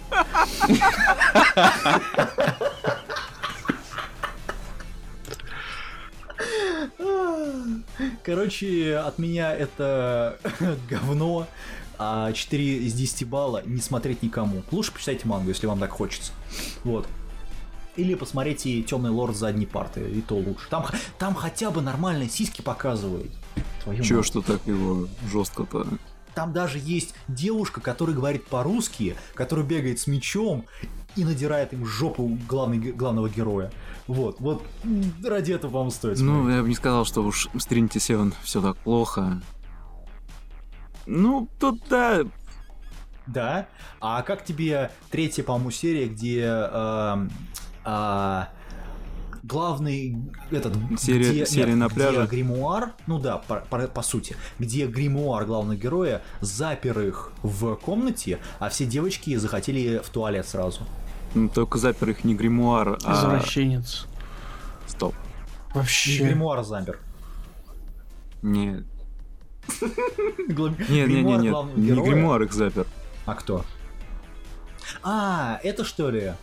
Короче, от меня это говно. 4 из 10 балла не смотреть никому. Лучше почитайте мангу, если вам так хочется. Вот. Или посмотрите «Темный лорд» с задней парты, и то лучше. Там хотя бы нормальные сиськи показывают.
Чё, что так его жестко-то?
Там даже есть девушка, которая говорит по-русски, которая бегает с мечом и надирает им жопу главного героя. Вот ради этого вам стоит смотреть.
Ну, я бы не сказал, что уж в Trinity Seven все так плохо. Ну, тут да.
Да? А как тебе третья, по-моему, серия, где главный
серия на пляже,
где гримуар, ну да, по сути, где гримуар главного героя запер их в комнате, а все девочки захотели в туалет сразу.
Ну, только запер их не гримуар, а...
Извращенец.
Стоп.
Вообще.
И гримуар запер.
Нет. Нет, не гримуар их запер.
А кто? Это что ли?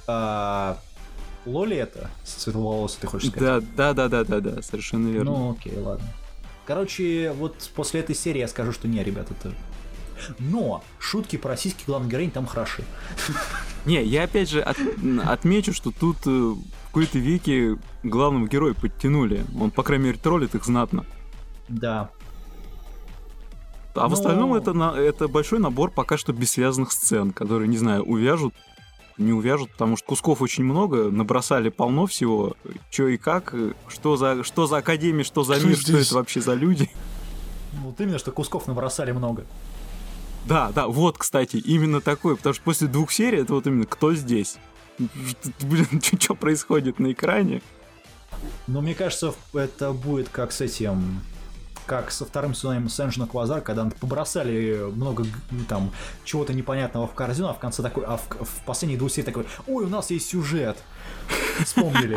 Лоли это? Светловолосый, ты хочешь сказать?
Да, совершенно верно.
Ну окей, ладно. Короче, вот после этой серии я скажу, что не, ребята, это... Но шутки про сиськи главной героини там хороши.
Не, я опять же отмечу, что тут в какой-то веке главного героя подтянули. Он, по крайней мере, троллит их знатно.
Да.
А в остальном это большой набор пока что бессвязных сцен, которые, не знаю, увяжут, не увяжут, потому что кусков очень много, набросали полно всего, чё и как, что за академия, что за мир, что это вообще за люди.
Вот именно, что кусков набросали много.
Да, вот, кстати, именно такой, потому что после 2 серий это вот именно кто здесь? Блин, что происходит на экране?
Но мне кажется, это будет как с этим... Как со вторым сезоном Сенжина Квазар, когда побросали много там чего-то непонятного в корзину, а в конце такой, в последних 2 сериях такой: ой, у нас есть сюжет. Вспомнили.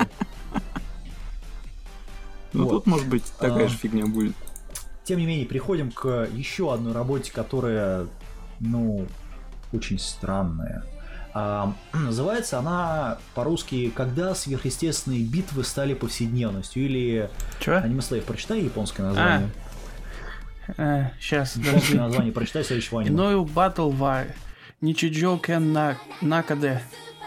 Ну тут, может быть, такая же фигня будет.
Тем не менее, переходим к еще одной работе, которая, очень странная. Называется она по-русски «Когда сверхъестественные битвы стали повседневностью», или Anime Slave, прочитай японское название.
Сейчас,
японское название прочитай следующего аниме.
Иною Battle War Ничиджо Кен Накаде.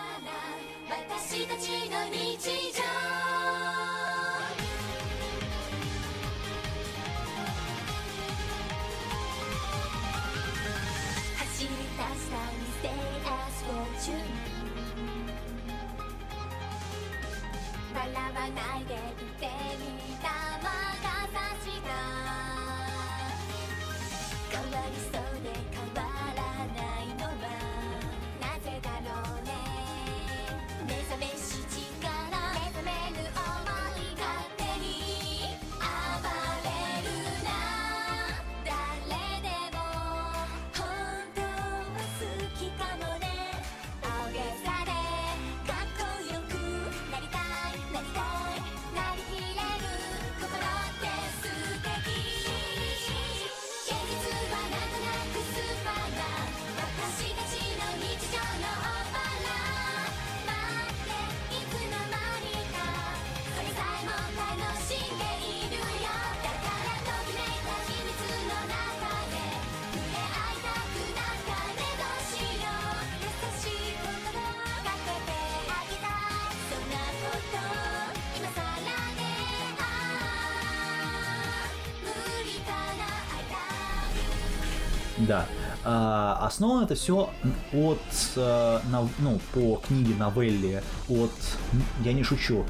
Да. Основано это все по книге, новелле от, я не шучу,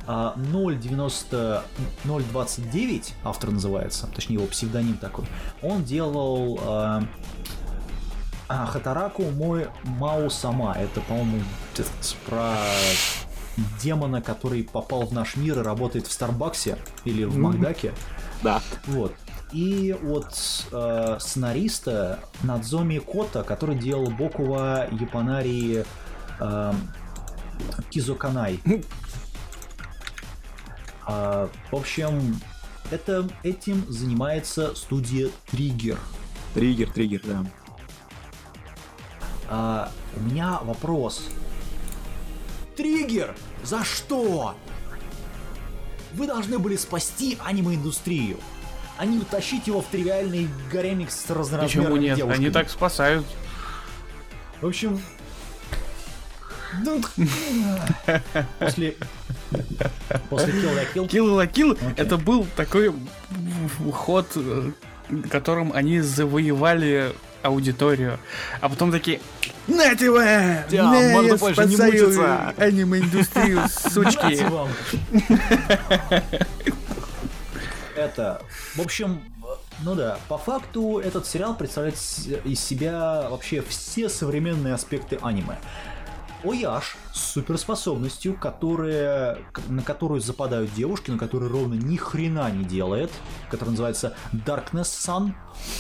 029, автор называется, точнее его псевдоним такой. Он делал Хатараку мой Мау Сама. Это, по-моему, про демона, который попал в наш мир и работает в Старбаксе или в Макдаке.
Да.
Вот. И от сценариста Надзоми Кота, который делал Бокува Японари Кизоканай. В общем, этим занимается студия Триггер.
Триггер, да.
У меня вопрос. Триггер, за что? Вы должны были спасти аниме-индустрию, а не утащить его в тривиальный гаремик с разноразмерными
Почему нет?
девушками.
Они так спасают.
В общем... После Kill
Kill la Kill это был такой ход, которым они завоевали аудиторию. А потом такие: на тебе!
Можно больше не мучиться!
Аниме-индустрию, сучки!
В общем, ну да, по факту этот сериал представляет из себя вообще все современные аспекты аниме. Ояж с суперспособностью, на которую западают девушки, на которую ровно ни хрена не делает, который называется Darkness Sun.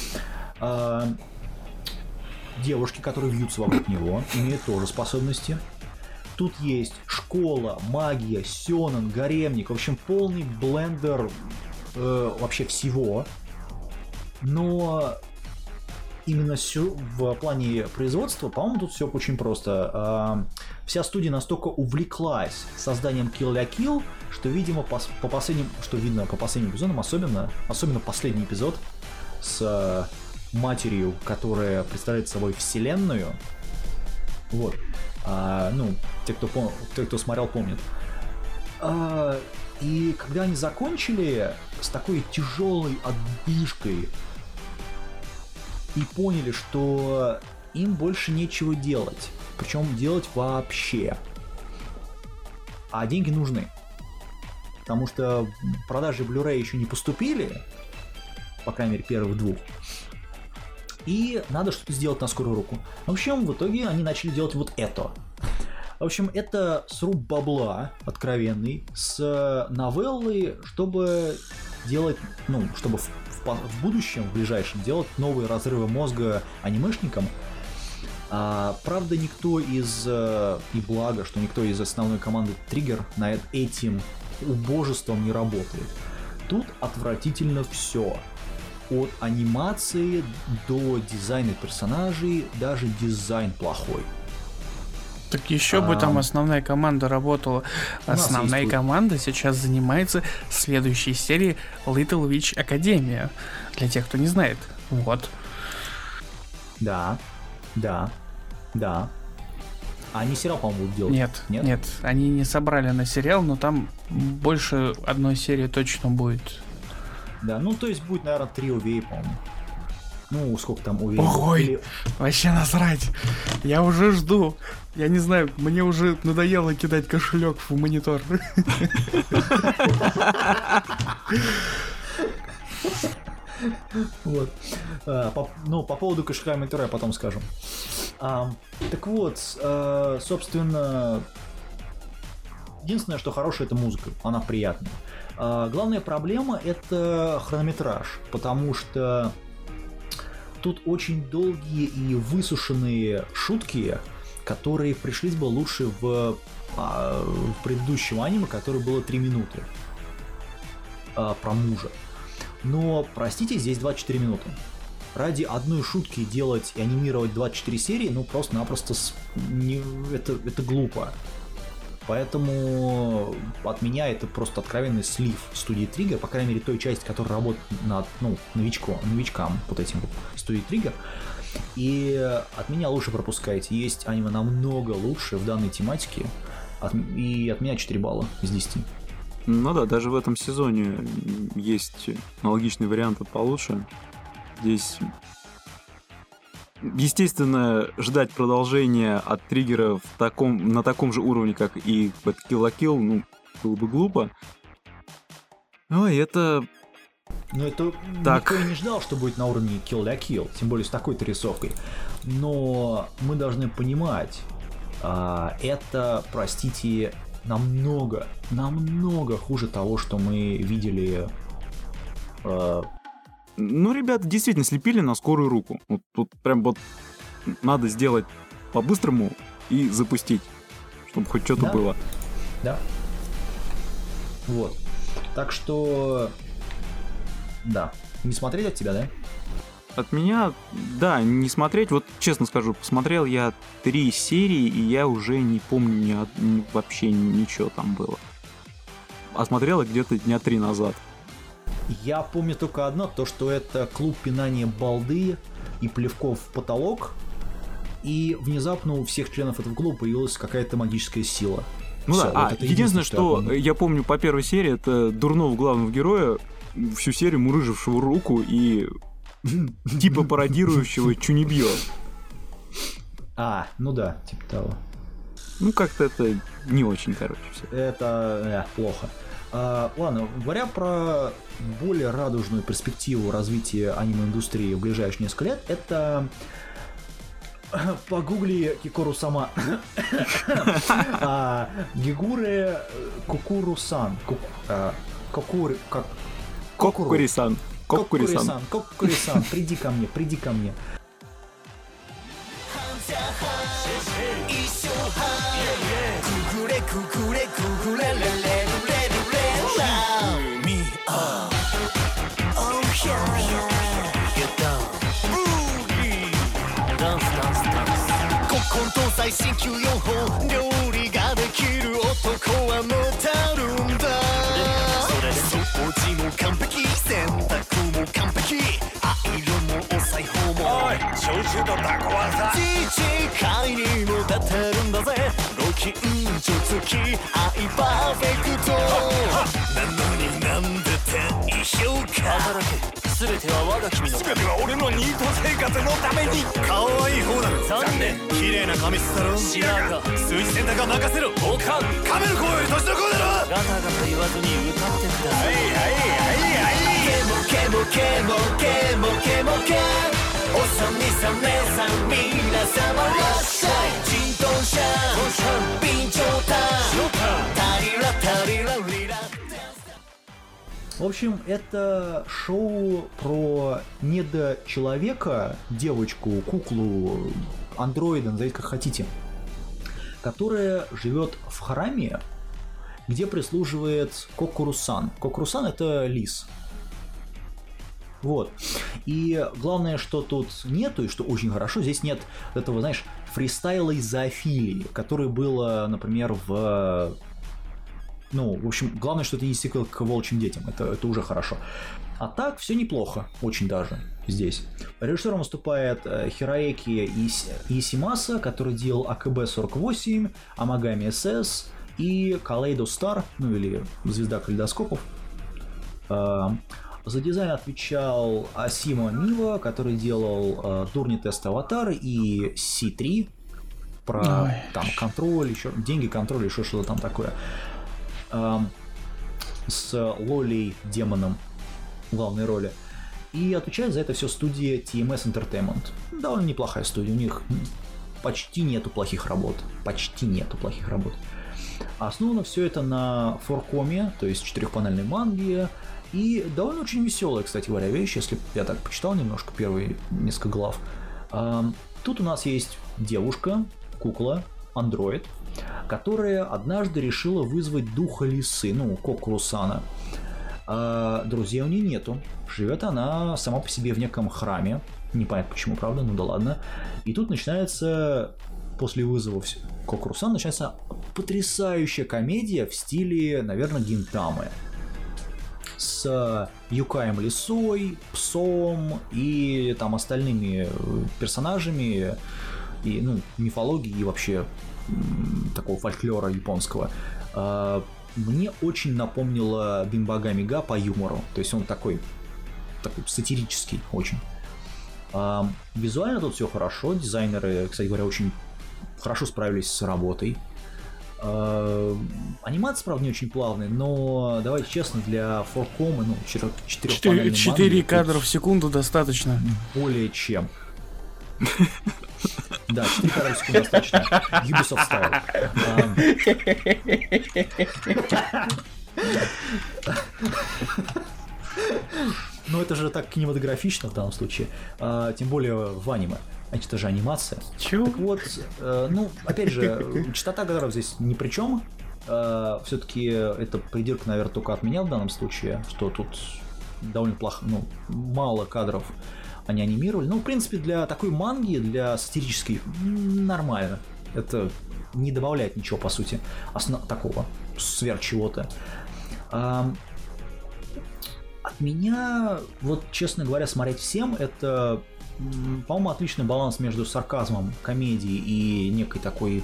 Девушки, которые вьются вокруг него, имеют тоже способности. Тут есть школа, магия, сёнэн, гаремник, в общем, полный блендер вообще всего. Но именно в плане производства, по-моему, тут все очень просто. Вся студия настолько увлеклась созданием Kill la Kill, что, видимо, по последним эпизодам, особенно последний эпизод с матерью, которая представляет собой вселенную. Вот. Те, кто смотрел, помнят. И когда они закончили с такой тяжелой отдышкой и поняли, что им больше нечего делать, причем делать вообще, а деньги нужны, потому что продажи Blu-ray еще не поступили, по крайней мере первых двух, и надо что-то сделать на скорую руку. В общем, в итоге они начали делать вот это. В общем, это сруб бабла откровенный с новеллой, чтобы делать, чтобы в будущем, в ближайшем, делать новые разрывы мозга анимешникам. Правда, никто из... И благо, что никто из основной команды Trigger над этим убожеством не работает. Тут отвратительно все. От анимации до дизайна персонажей, даже дизайн плохой.
Так еще бы там основная команда работала. Основная команда сейчас занимается следующей серией Little Witch Academia. Для тех, кто не знает. Вот.
Да. Они сериал, по-моему, будут делать?
Нет. Они не собрали на сериал, но там больше одной серии точно будет.
Да, то есть будет, наверное, 3 OVA, по-моему. Сколько там OVA?
Ой, вообще насрать. Я уже жду. Я не знаю, мне уже надоело кидать кошелек в монитор.
Вот. По поводу кошелька монитора я потом скажу. Так вот, собственно, единственное, что хорошее, это музыка. Она приятная. Главная проблема — это хронометраж, потому что тут очень долгие и высушенные шутки, которые пришлись бы лучше в предыдущем аниме, которое было 3 минуты про мужа. Но, простите, здесь 24 минуты. Ради одной шутки делать и анимировать 24 серии, просто-напросто это глупо. Поэтому от меня это просто откровенный слив студии Trigger, по крайней мере той части, которая работает над новичкам, вот этим вот студии Trigger. И от меня лучше пропускайте. Есть аниме намного лучше в данной тематике. И от меня 4 балла из 10.
Ну да, даже в этом сезоне есть аналогичный вариант получше. Здесь, естественно, ждать продолжения от Триггера на таком же уровне, как и Kill la Kill, было бы глупо. Ой, это
Ну, это
Так.
никто и не ждал, что будет на уровне Kill la Kill, тем более с такой-то рисовкой. Но мы должны понимать, это, простите, намного хуже того, что мы видели.
Ну, ребята действительно слепили на скорую руку. Вот тут прям вот надо сделать по-быстрому и запустить, чтобы хоть что-то
Да.
было.
Да. Вот. Так что... Да. Не смотреть от тебя, да?
От меня, да, не смотреть. Вот честно скажу, посмотрел я 3 серии, и я уже не помню вообще ничего там было. А смотрел я где-то дня 3 назад.
Я помню только одно, то что это клуб пинания балды и плевков в потолок, и внезапно у всех членов этого клуба появилась какая-то магическая сила.
Ну
Всё,
да,
вот это
единственное,
единственное,
что я помню по первой серии, это дурного главного героя, всю серию мурыжившего руку и типа пародирующего Чунибьё.
Ну да, типа того.
Ну как-то это не очень, короче, все.
Это плохо. Ладно, говоря про более радужную перспективу развития аниме-индустрии в ближайшие несколько лет, это... Погугли Кикору сама. Гигуре Кукуру-сан.
Коккури-сан. Коккури-сан.
Коккури-сан, приди ко мне. В общем, это шоу про недочеловека, девочку, куклу, андроида, назовите как хотите, которая живет в храме, где прислуживает Кокуру-сан. Кокуру-сан — это лис. Вот. И главное, что тут нету, и что очень хорошо, здесь нет этого, знаешь, фристайла и зоофилии, которое было, например, в... Ну, в общем, главное, что это не сиквел к «Волчьим детям», это уже хорошо. А так, все неплохо, очень даже здесь. Режиссером выступает Хироэки Исимаса, который делал АКБ-48, Амагами СС и Калейдо Стар, ну или Звезда калейдоскопов. За дизайн отвечал Асима Мива, который делал Дурни Тест Аватар и Си-3 про там контроль, еще деньги, контроль, еще что-то там такое. С Лолей демоном в главной роли. И отвечает за это все студия TMS Entertainment. Довольно неплохая студия, у них почти нету плохих работ. Основано все это на форкоме, то есть 4-панельной манге, и довольно очень веселая, кстати говоря, вещь, если я так почитал немножко первые несколько глав. Тут у нас есть девушка, кукла, андроид, которая однажды решила вызвать духа лисы, ну, Кокуру-сана. Друзей у нее нету. Живет она сама по себе в неком храме. Непонятно почему, правда, ну да ладно. И тут начинается, после вызова Кокуру-сана, начинается потрясающая комедия в стиле, наверное, Гинтамы. С Юкаем Лисой, псом и там остальными персонажами и, ну, мифологии и вообще такого фольклора японского. Мне очень напомнило Бимбага Мига по юмору. То есть он такой сатирический очень. Визуально тут все хорошо. Дизайнеры, кстати говоря, очень хорошо справились с работой. Анимация, правда, не очень плавная, но, давайте честно, для 4К, ну, 4
4 кадра в секунду достаточно.
Более чем. Да, 4 кадра в секунду достаточно. Ubisoft стайл. Ну, это же так кинематографично в данном случае. Тем более в аниме. Значит, это же анимация.
Чего?
Так вот, ну, опять же, частота кадров здесь ни при чем. Все-таки это придирка, наверное, только от меня в данном случае, что тут довольно плохо, ну, мало кадров они анимировали. Ну, в принципе, для такой манги, для сатирической, нормально. Это не добавляет ничего, по сути, такого сверх чего-то. От меня, вот, честно говоря, смотреть всем, это, по-моему, отличный баланс между сарказмом, комедией и некой такой...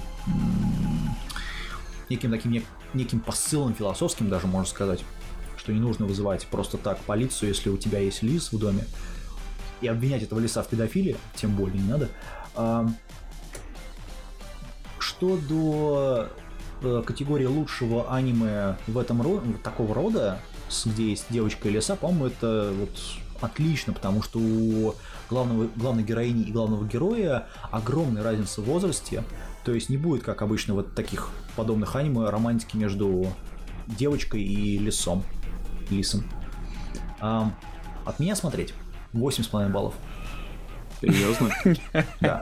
неким посылом философским даже, можно сказать, что не нужно вызывать просто так полицию, если у тебя есть лис в доме, и обвинять этого лиса в педофилии, тем более не надо. Что до категории лучшего аниме в этом такого рода, где есть девочка и лиса, по-моему, это вот отлично, потому что у главной героини и главного героя огромная разница в возрасте. То есть не будет, как обычно в таких подобных аниме, романтики между девочкой и лисом. От меня смотреть 8,5 баллов.
Серьезно?
Да.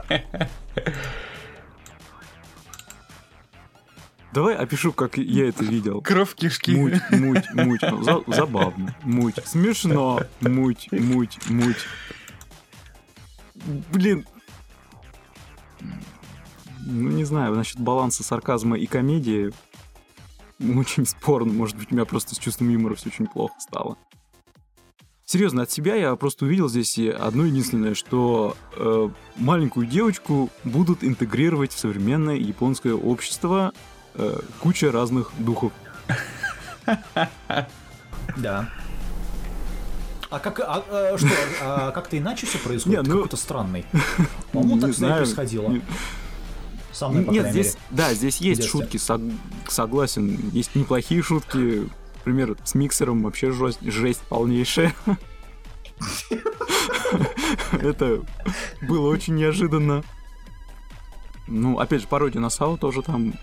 Давай опишу, как я это видел.
Кровь кишки.
Муть. Забавно. Муть. Смешно. Муть. Блин. Ну, не знаю, насчет баланса сарказма и комедии очень спорно. Может быть, у меня просто с чувством юмора все очень плохо стало. Серьезно, от себя я просто увидел здесь одно единственное, что маленькую девочку будут интегрировать в современное японское общество куча разных духов.
Да. А как-то иначе все происходит?
Не, ну,
какой-то странный. По-моему, так всегда происходило. Со мной, по крайней мере.
Здесь есть шутки, согласен. Есть неплохие шутки. Например, с миксером вообще жесть полнейшая. Это было очень неожиданно. Ну, опять же, пародия на Сау тоже там.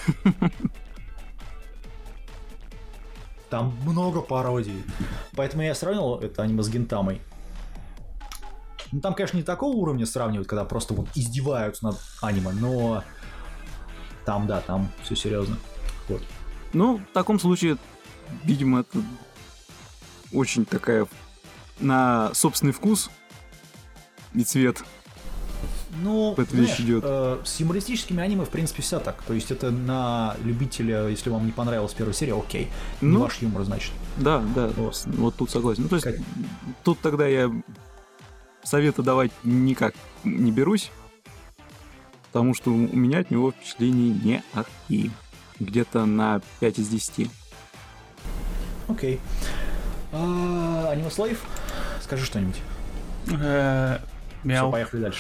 Там много пародий. Поэтому я сравнил это аниме с Гинтамой. Ну, там, конечно, не такого уровня сравнивают, когда просто вот издеваются над аниме, но там, да, там все серьезно. Вот.
Ну, в таком случае, видимо, это очень такая на собственный вкус и цвет.
Ну,
знаешь, идет.
С юмористическими аниме, в принципе, все так. То есть это на любителя, если вам не понравилась первая серия, окей. Не ваш юмор, значит.
Да, вот тут согласен. Ну, то есть тут тогда я совета давать никак не берусь, потому что у меня от него впечатления неахи. Где-то на 5 из 10.
Окей. Аниме Слайв, скажи что-нибудь.
Мяу.
Все, поехали дальше.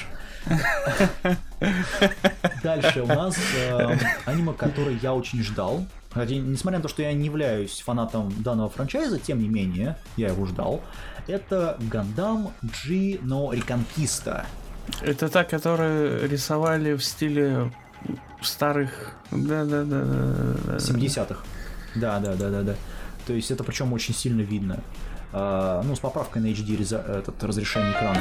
Дальше у нас аниме, которое я очень ждал. Хотя, несмотря на то, что я не являюсь фанатом данного франчайза, тем не менее, я его ждал. Это Gundam G no Reconquista.
Это та, которую рисовали в стиле старых... Да.
70-х. Да. То есть это причем очень сильно видно. Ну, с поправкой на HD разрешение экрана.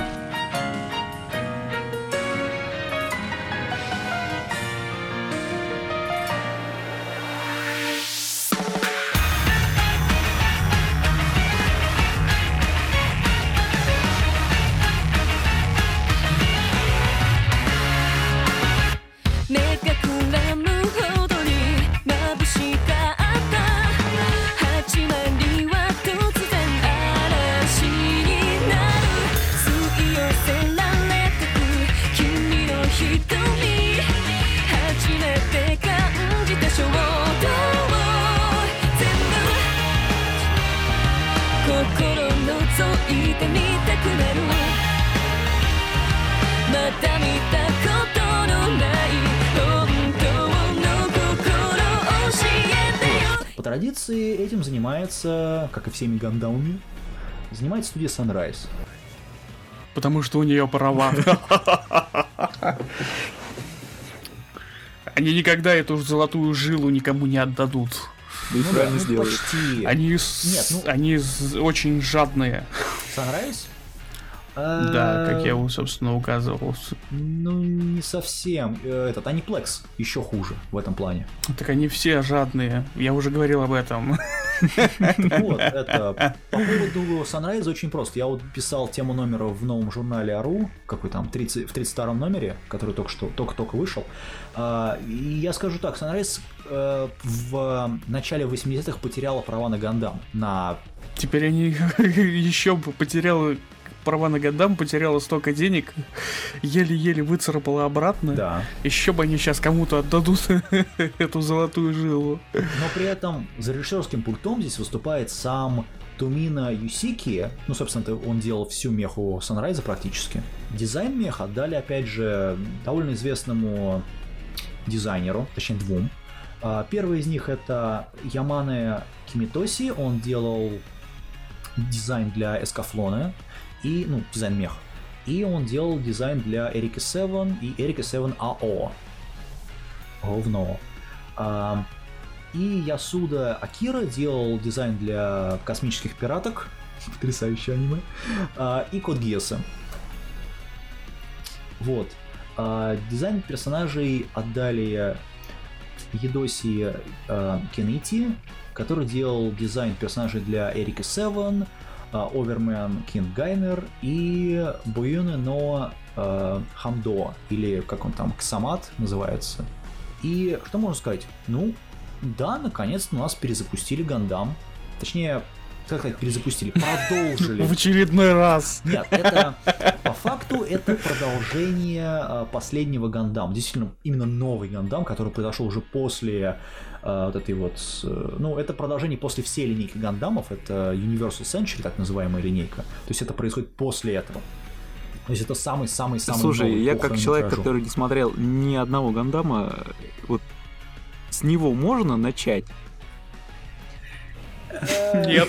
традиции этим занимается, как и всеми гандамами, занимается студия Sunrise.
Потому что у нее права. Они никогда эту золотую жилу никому не отдадут.
Да и правильно сделают.
Почти.
Они очень жадные.
Sunrise?
Да, как я, собственно, указывал.
Ну, не совсем. Aniplex еще хуже в этом плане.
Так они все жадные. Я уже говорил об этом.
Вот, это по поводу Sunrise очень просто. Я вот писал тему номера в новом журнале АРУ, какой там, в 32-м номере, который только вышел. И я скажу так, Sunrise в начале 80-х потеряла права на Гандам.
Теперь они еще потеряли права на Гандам, потеряла столько денег, еле-еле выцарапала обратно.
Да.
Еще бы они сейчас кому-то отдадут эту золотую жилу.
Но при этом за режиссерским пультом здесь выступает сам Томино Юсики. Ну, собственно, он делал всю меху Sunrise практически. Дизайн меха отдали, опять же, довольно известному дизайнеру, точнее двум. Первый из них это Ямане Кимитоси. Он делал дизайн для Эскафлона и, дизайн мех. И он делал дизайн для Эрики 7 и Эрики 7 АО. Говно. И Ясуда Акира делал дизайн для космических пираток. Потрясающее аниме. И Код Гиаса. Вот. Дизайн персонажей отдали Едоси Кенити, который делал дизайн персонажей для Эрики 7, Овермен Кинг Гайнер и Буюне но Хамдо, или как он там, Ксамат называется. И что можно сказать? Да, наконец-то у нас перезапустили Гандам. Точнее, как сказать, перезапустили, продолжили.
В очередной раз.
Нет, это по факту это продолжение последнего Гандам. Действительно, именно новый Гандам, который произошел уже после вот этой вот... это продолжение после всей линейки Гандамов. Это Universal Century, так называемая линейка. То есть это происходит после этого. То есть это самый-самый-самый...
Слушай,
новый
я как человек, который не смотрел ни одного Гандама, вот с него можно начать?
Нет.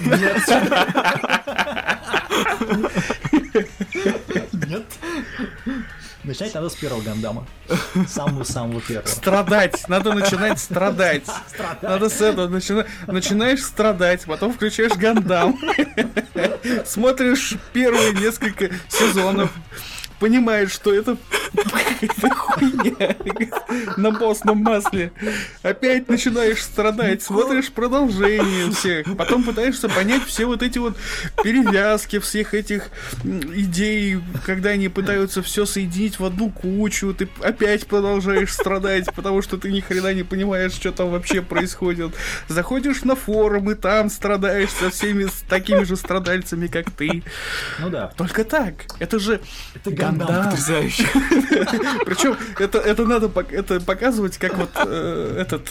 Нет. Начинать надо с первого Гандама. Самого первого.
Страдать. Надо начинать страдать. Надо с этого начинаешь страдать, потом включаешь Гандам. Смотришь первые несколько сезонов. Понимаешь, что это какая-то хуйня на постном масле. Опять начинаешь страдать, смотришь продолжение всех. Потом пытаешься понять все вот эти вот перевязки всех этих идей, когда они пытаются все соединить в одну кучу. Ты опять продолжаешь страдать, потому что ты ни хрена не понимаешь, что там вообще происходит. Заходишь на форум и там страдаешь со всеми такими же страдальцами, как ты.
Ну да.
Только так. Это же...
Гандам
потрясающе.
Причем это надо показывать, как вот этот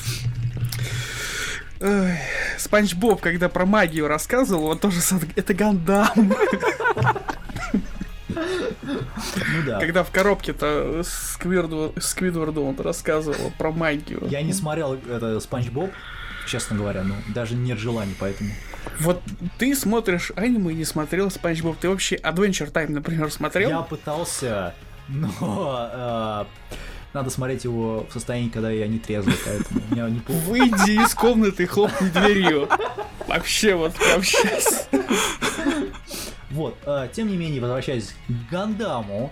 Спанч Боб, когда про магию рассказывал, он тоже это Гандам.
Да.
Когда в коробке-то Сквидварду он рассказывал про магию.
Я не смотрел это Спанч Боб, честно говоря, даже нет желания, поэтому.
Вот ты смотришь аниме и не смотрел Спанч Боб. Ты вообще Adventure Time, например, смотрел?
Я пытался, но надо смотреть его в состоянии, когда я не трезвый, поэтому у меня не получится.
Выйди из комнаты и хлопни дверью. Вообще вот прям сейчас.
Вот, тем не менее, возвращаясь к Гандаму,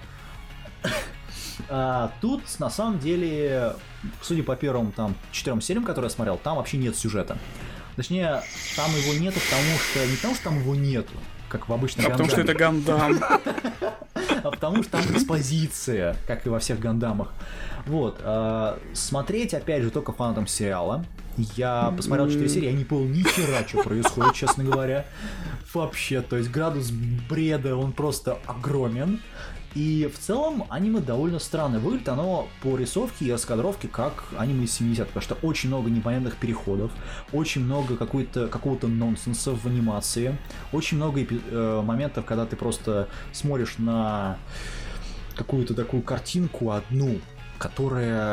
тут на самом деле, судя по первым 4 сериям, которые я смотрел, там вообще нет сюжета. Точнее, там его нету, не потому что там его нету, как в обычном Гандаме.
Потому что это Гандам.
А потому что там экспозиция, как и во всех Гандамах. Вот. Смотреть, опять же, только фанатам сериала. Я посмотрел 4 серии, я не понял ни хера, что происходит, честно говоря. Вообще, то есть градус бреда, он просто огромен. И в целом аниме довольно странно выглядит, оно по рисовке и раскадровке как аниме из 70-х, потому что очень много непонятных переходов, очень много какого-то нонсенса в анимации, очень много моментов, когда ты просто смотришь на какую-то такую картинку одну, которая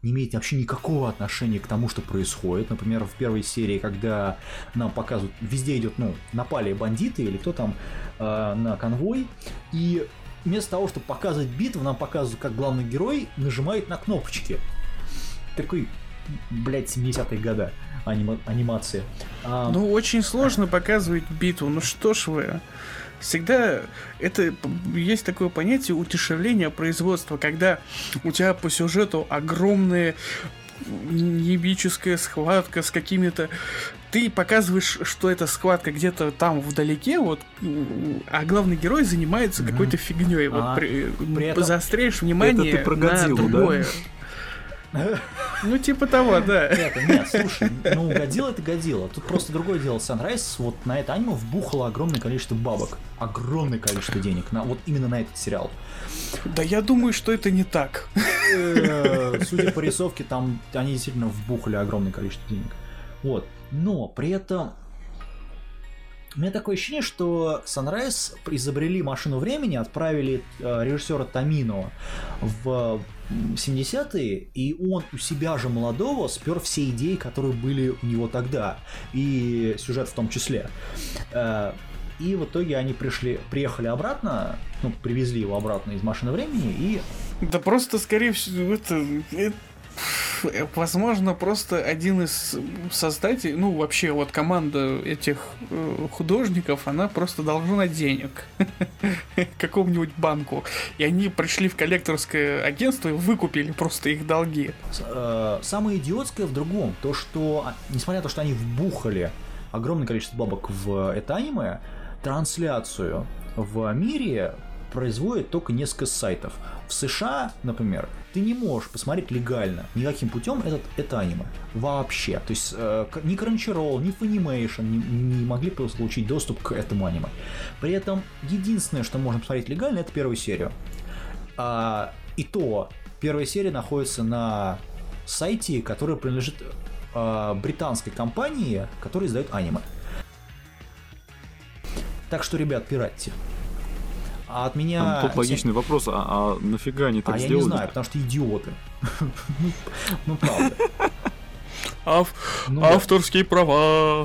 не имеет вообще никакого отношения к тому, что происходит. Например, в первой серии, когда нам показывают, везде идет, напали бандиты или кто там на конвой, и вместо того, чтобы показывать битву, нам показывают, как главный герой нажимает на кнопочки. Такой, блядь, 70-е годы анимация.
Очень сложно показывать битву. Ну что ж вы... Всегда есть такое понятие удешевления производства, когда у тебя по сюжету огромная ебическая схватка с какими-то... Ты показываешь, что эта схватка где-то там вдалеке, а главный герой занимается какой-то фигней. При этом... Заостряешь внимание
это ты про Годзиллу,
на другое.
Да?
Ну, типа того, да.
Нет, слушай, Годзилла это Годзилла. Тут просто другое дело. Sunrise на это аниме вбухало огромное количество бабок. Огромное количество денег. Именно на этот сериал.
Да я думаю, что это не так.
Судя по рисовке, там они действительно вбухали огромное количество денег. Но при этом... У меня такое ощущение, что Sunrise изобрели машину времени, отправили режиссера Томино в 70-е, и он у себя же молодого спер все идеи, которые были у него тогда, и сюжет в том числе. И в итоге они приехали обратно, привезли его обратно из машины времени, и...
Да просто, скорее всего, возможно, просто один из создателей, вообще команда этих художников, она просто должна денег какому-нибудь банку. И они пришли в коллекторское агентство и выкупили просто их долги.
Самое идиотское в другом, то что, несмотря на то, что они вбухали огромное количество бабок в это аниме, трансляцию в мире производит только несколько сайтов. В США, например, ты не можешь посмотреть легально никаким путем это аниме. Вообще. То есть ни Crunchyroll, ни Funimation не могли получить доступ к этому аниме. При этом единственное, что можно посмотреть легально, это первую серию. И то первая серия находится на сайте, который принадлежит британской компании, которая издает аниме. Так что, ребят, пиратьте. А от меня...
Тут логичный вопрос, а нафига они так сделали?
Я не знаю, потому что идиоты. Правда.
Авторские права.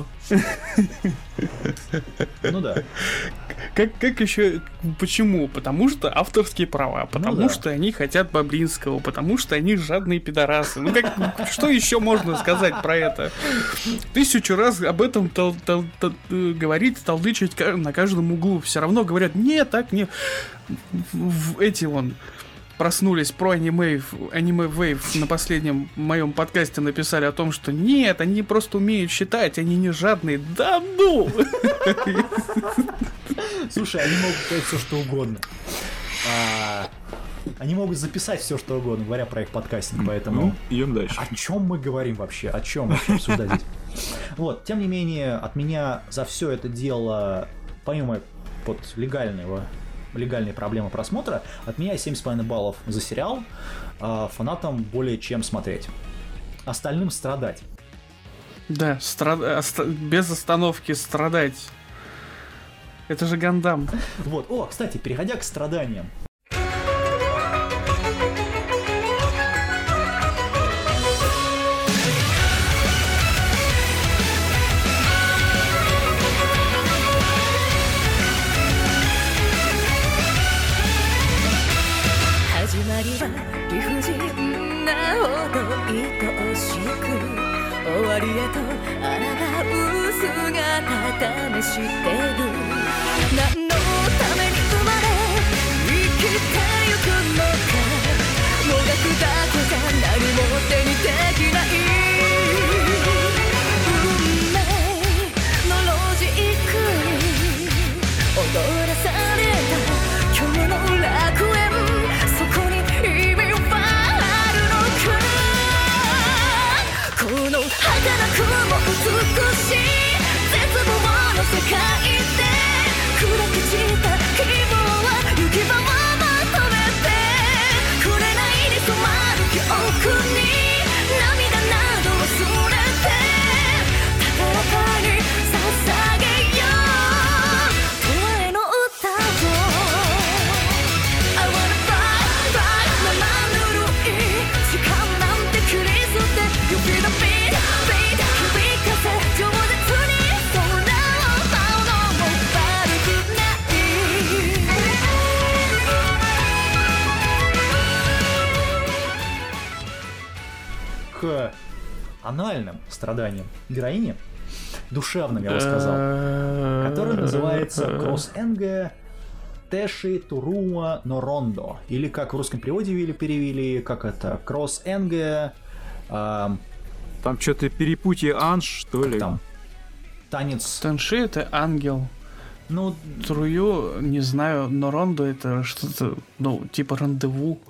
Да.
Как еще? Почему? Потому что авторские права, потому что они хотят Баблинского, потому что они жадные пидорасы. Что еще можно сказать про это? 1000 раз об этом говорить, толдычить на каждом углу. Все равно говорят, нет, так не... Эти проснулись про аниме Wave на последнем моем подкасте написали о том, что нет, они просто умеют считать, они не жадные. Да ну!
Слушай, они могут сказать все, что угодно. Они могут записать все, что угодно, говоря про их подкастинг, поэтому...
Идем дальше.
О чем мы говорим вообще? О чем вообще обсуждать здесь? Тем не менее, от меня за все это дело, помимо легальной проблемы просмотра, от меня 7,5 баллов за сериал, фанатам более чем смотреть. Остальным страдать.
Да, без остановки страдать. Это же Гандам.
Кстати, переходя к страданиям. к анальным страданиям героини, душевным, я бы сказал, который называется Кросс-Энге Тэши Турума Норондо. Или как в русском переводе перевели, как это, Кросс-Энге...
Там что-то перепутье Анж, что ли?
Там? Танец...
Танши — это ангел.
Ну,
Трую, не знаю, но Рондо — это что-то, ну, типа рандеву.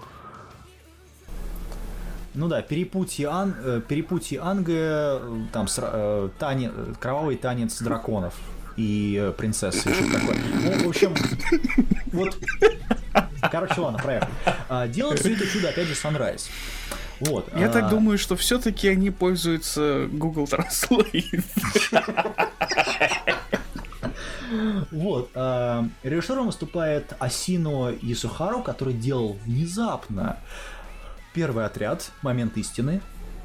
Ну да, перепутье Анге, там кровавый танец драконов и принцессы, и что-то такое. Ну, в общем, вот, короче, ладно, проехали. Делает все это чудо, опять же, Sunrise. Вот.
Я так думаю, что все-таки они пользуются Google Translate.
Вот. Режиссером выступает Асино Исухару, который делал внезапно «Первый отряд», «Момент истины»,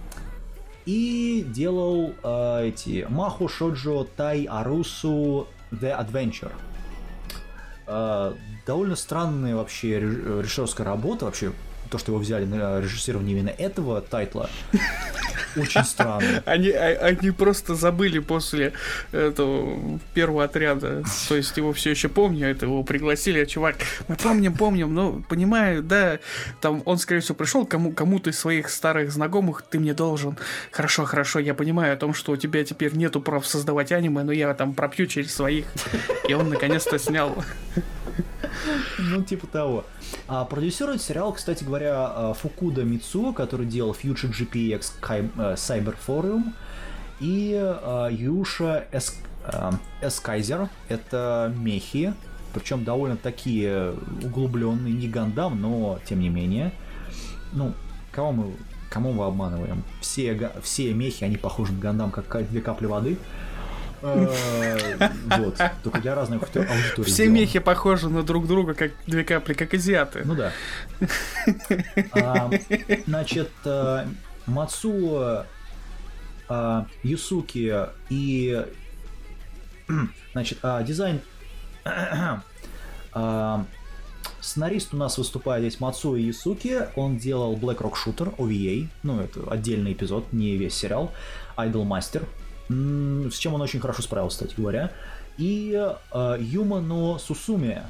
и делал Махо Шоджо Тай Арусу The Adventure. Довольно странная вообще режиссерская работа, вообще то, что его взяли на режиссирование именно этого тайтла. Очень странно.
Они просто забыли после этого первого отряда. То есть его все еще помню, это его пригласили, а чувак, мы помним, ну, понимаю, да, там он, скорее всего, пришел кому-то из своих старых знакомых, ты мне должен. Хорошо, я понимаю о том, что у тебя теперь нету прав создавать аниме, но я там пропью через своих. И он наконец-то снял.
Ну, типа того. Продюсирует сериал, кстати говоря, Фукуда Мицуо, который делал Future GPX Cyber Forum, и Юша Эскайзер. Это мехи, причем довольно такие углубленные, не Гандам, но тем не менее. Ну, кому мы обманываем? Все мехи, они похожи на Гандам, как 2 капли воды. Вот, только для разных аудиторий.
Все мехи похожи на друг друга, как 2 капли, как азиаты.
Ну да. Значит, Мацуо, Юсуки и... Значит, дизайн... Сценарист у нас выступает здесь Мацуо Юсуки. Он делал Black Rock Shooter, OVA. Ну, это отдельный эпизод, не весь сериал. Idolmaster. С чем он очень хорошо справился, кстати говоря. И Юмано Сусуме,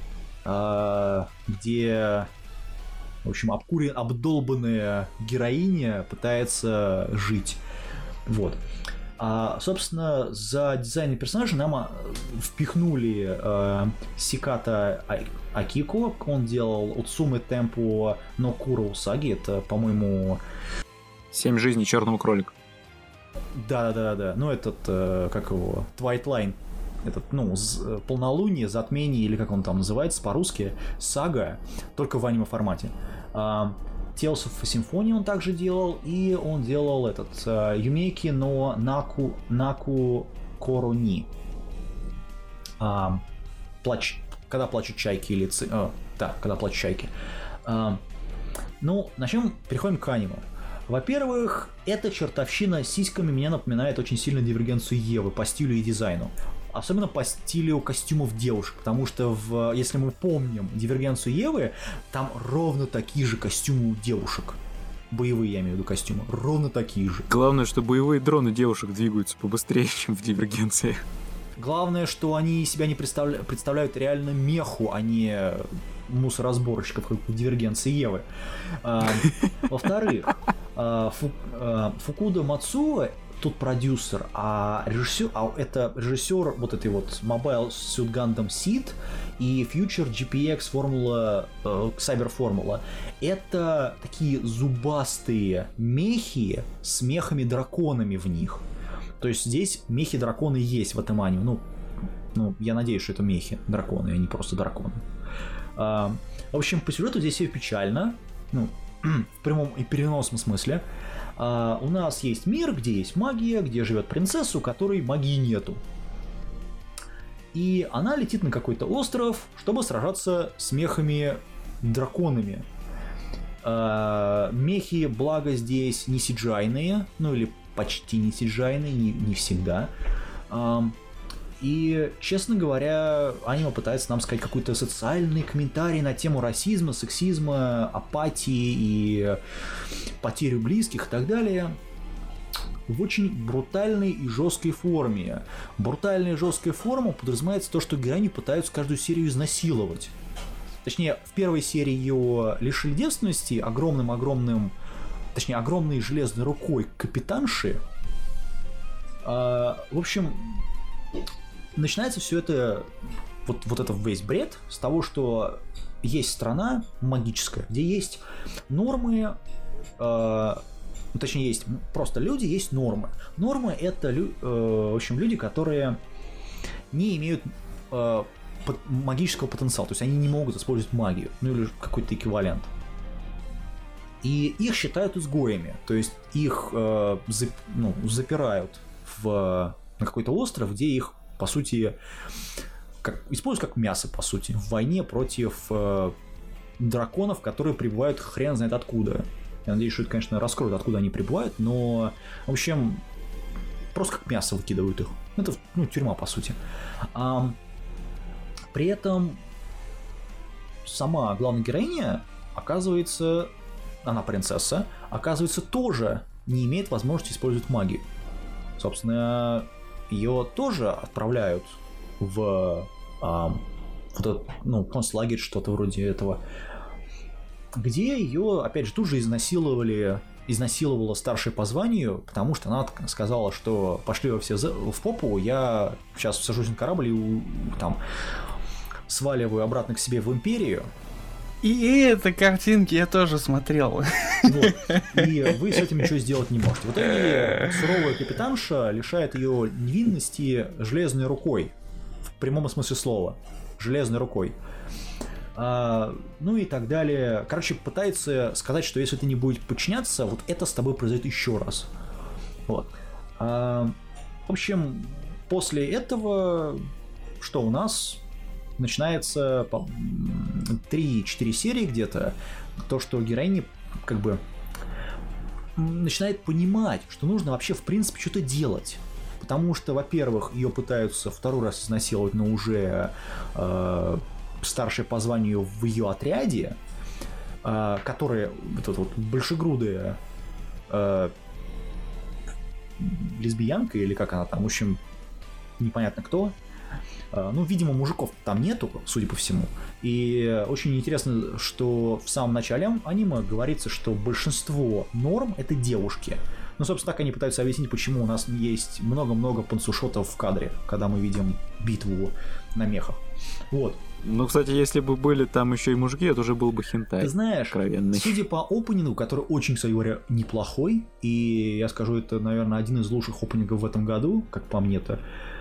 где, в общем, обдолбанная героиня пытается жить. Вот. Собственно, за дизайн персонажа нам впихнули Сиката Акико. Он делал Уцуме Темпо но Куро Усаги. Это, по-моему...
7 жизней черного кролика.
Да. Ну, этот, как его, Twilight Line. Этот, ну, полнолуние, затмение, или как он там называется по-русски, сага, только в аниме-формате. Tales of Symphony он также делал, и он делал этот Юмейки но Наку Корони. Когда плачут чайки или... когда плачут чайки. Ну, переходим к аниме. Во-первых, эта чертовщина с сиськами меня напоминает очень сильно Дивергенцию Евы по стилю и дизайну. Особенно по стилю костюмов девушек, потому что, если мы помним Дивергенцию Евы, там ровно такие же костюмы у девушек. Боевые, я имею в виду, костюмы. Ровно такие же.
Главное, что боевые дроны девушек двигаются побыстрее, чем в Дивергенции.
Главное, что они себя не представляют реально меху, а не мусоросборщиков, как в Дивергенции Евы. Во-вторых, Фукуда Мацуо тут продюсер, а это режиссер вот этой вот Mobile Suit Gundam Seed и Future GPX Formula, Cyber Formula. Это такие зубастые мехи с мехами-драконами в них. То есть здесь мехи-драконы есть в этом аниме. Ну, я надеюсь, что это мехи-драконы, а не просто драконы. В общем, по сюжету здесь все печально. Ну, в прямом и переносном смысле. У нас есть мир, где есть магия, где живет принцесса, у которой магии нету. И она летит на какой-то остров, чтобы сражаться с мехами-драконами. Мехи, благо, здесь не CGI-ные, ну или почти не CGI-ные, не всегда. И, честно говоря, аниме пытается нам сказать какой-то социальный комментарий на тему расизма, сексизма, апатии и потерю близких и так далее в очень брутальной и жесткой форме. Брутальная и жесткая форма подразумевается то, что героиню пытаются каждую серию изнасиловать. Точнее, в первой серии ее лишили девственности огромной железной рукой капитанши. В общем, начинается все это, вот это весь бред с того, что есть страна магическая, где есть нормы, точнее, есть просто люди, есть нормы. Нормы — это, в общем, люди, которые не имеют магического потенциала, то есть они не могут использовать магию, ну или какой-то эквивалент. И их считают изгоями, то есть их запирают на какой-то остров, где их, по сути, используют как мясо, по сути, в войне против драконов, которые прибывают хрен знает откуда. Я надеюсь, что это, конечно, раскроют, откуда они прибывают, но, в общем, просто как мясо выкидывают их. Это, тюрьма, по сути. При этом сама главная героиня, оказывается, она принцесса, оказывается, тоже не имеет возможности использовать магию. Собственно, ее тоже отправляют в концлагерь, что-то вроде этого, где ее, опять же, тут же изнасиловала старшая по званию, потому что она сказала, что пошли вы все в попу, я сейчас сажусь на корабль и сваливаю обратно к себе в империю.
И это картинки я тоже смотрел.
Вот. И вы с этим ничего сделать не можете. В итоге суровая капитанша лишает ее невинности железной рукой. В прямом смысле слова. Железной рукой. Ну и так далее. Короче, пытается сказать, что если ты не будешь подчиняться, вот это с тобой произойдет еще раз. Вот. В общем, после этого что у нас? Начинается 3-4 серии где-то, то, что героиня как бы начинает понимать, что нужно вообще в принципе что-то делать. Потому что, во-первых, ее пытаются второй раз изнасиловать, но уже старшие по званию в ее отряде, которые вот большегрудая лесбиянка или как она там, в общем, непонятно кто. Видимо, мужиков там нету, судя по всему. И очень интересно, что в самом начале аниме говорится, что большинство норм — это девушки. Собственно, так они пытаются объяснить, почему у нас есть много-много пансушотов в кадре, когда мы видим битву на мехах. Вот.
Кстати, если бы были там еще и мужики, это уже был бы хентай.
Ты знаешь,
откровенный.
Судя по опенингу, который очень, кстати говоря, неплохой, и я скажу, это, наверное, один из лучших опенингов в этом году, как по мне-то,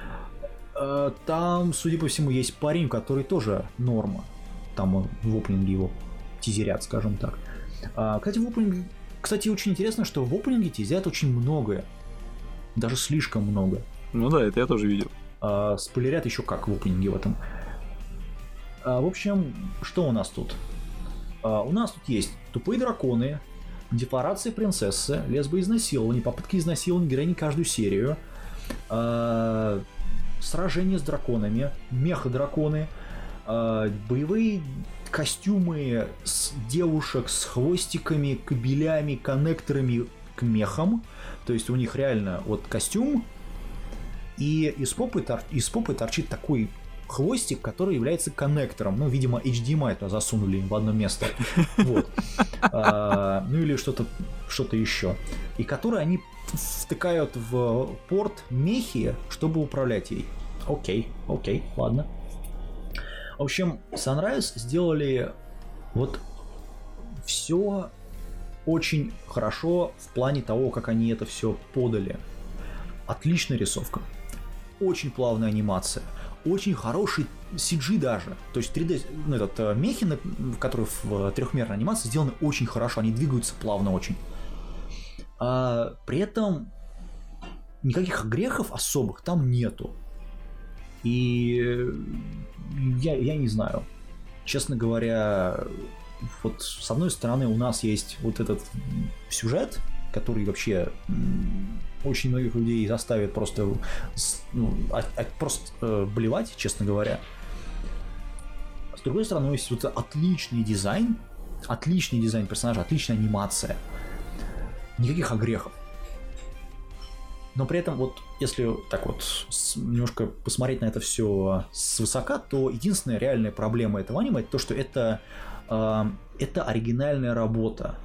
там, судя по всему, есть парень, который тоже норма. Там в опенинге его тизерят, скажем так. Кстати, очень интересно, что в опенинге тизерят очень многое. Даже слишком много.
Это я тоже видел.
Спойлерят еще как в опенинге в этом. В общем, что у нас тут? У нас тут есть тупые драконы, декларация принцессы, лесбоизнасилование, попытки изнасилования героини каждую серию, сражения с драконами, меха-драконы, боевые костюмы с девушек с хвостиками, кабелями, коннекторами к мехам. То есть у них реально вот костюм, и из попы торчит такой хвостик, который является коннектором. Видимо, HDMI туда засунули в одно место. Вот. Или что-то еще. И который они втыкают в порт мехи, чтобы управлять ей. Окей, ладно. В общем, Sunrise сделали вот все очень хорошо в плане того, как они это все подали. Отличная рисовка. Очень плавная анимация. Очень хороший CG даже. То есть 3D, мехи, которые в трехмерной анимации сделаны очень хорошо. Они двигаются плавно очень. При этом никаких грехов особых там нету. И я не знаю. Честно говоря, вот с одной стороны у нас есть вот этот сюжет, который вообще очень многих людей заставит просто, блевать, честно говоря. С другой стороны, есть вот отличный дизайн персонажа, отличная анимация. Никаких огрехов. Но при этом, вот, если так вот немножко посмотреть на это все свысока, то единственная реальная проблема этого аниме это то, что это оригинальная работа.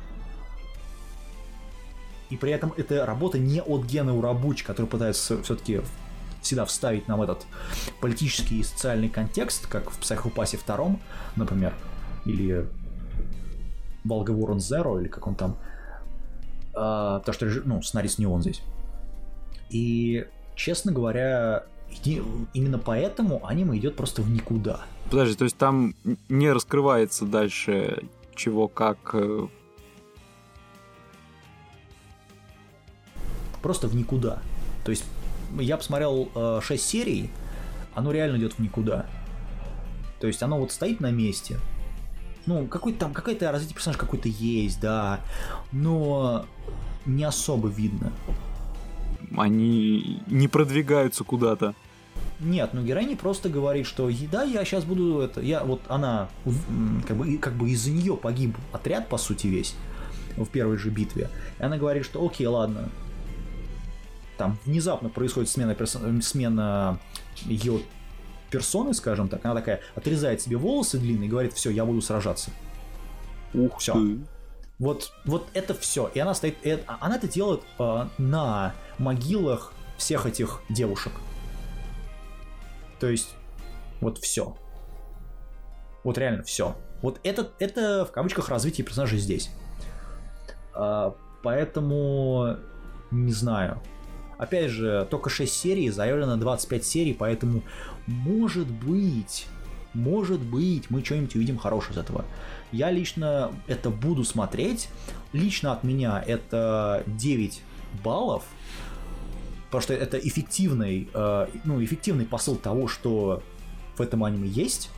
И при этом это работа не от Гена Урабучи, который пытается все-таки всегда вставить нам этот политический и социальный контекст, как в Психопасе 2, например, или Волга Ворон Зеро, или как он там. Потому что сценарист не он здесь. И, честно говоря, именно поэтому аниме идет просто в никуда.
Подожди, то есть там не раскрывается дальше чего как...
Просто в никуда. То есть я посмотрел 6 серий, оно реально идет в никуда. То есть оно вот стоит на месте. Какое-то развитие персонажа какой-то есть, да, но не особо видно.
Они не продвигаются куда-то.
Нет, героиня просто говорит, что да, я сейчас буду это... Она как бы из-за нее погиб отряд, по сути, весь в первой же битве. И она говорит, что окей, ладно. Там внезапно происходит смена ее персоны, скажем так. Она такая отрезает себе волосы длинные и говорит, все, я буду сражаться.
Ух
все.
Ты.
Вот это все. И она стоит. Она это делает на могилах всех этих девушек. То есть, вот все. Вот реально все. Вот это в кавычках развитие персонажей здесь. Поэтому не знаю. Опять же, только 6 серий, заявлено 25 серий, поэтому может быть, мы что-нибудь увидим хорошее из этого. Я лично это буду смотреть. Лично от меня это 9 баллов, потому что это эффективный посыл того, что в этом аниме есть.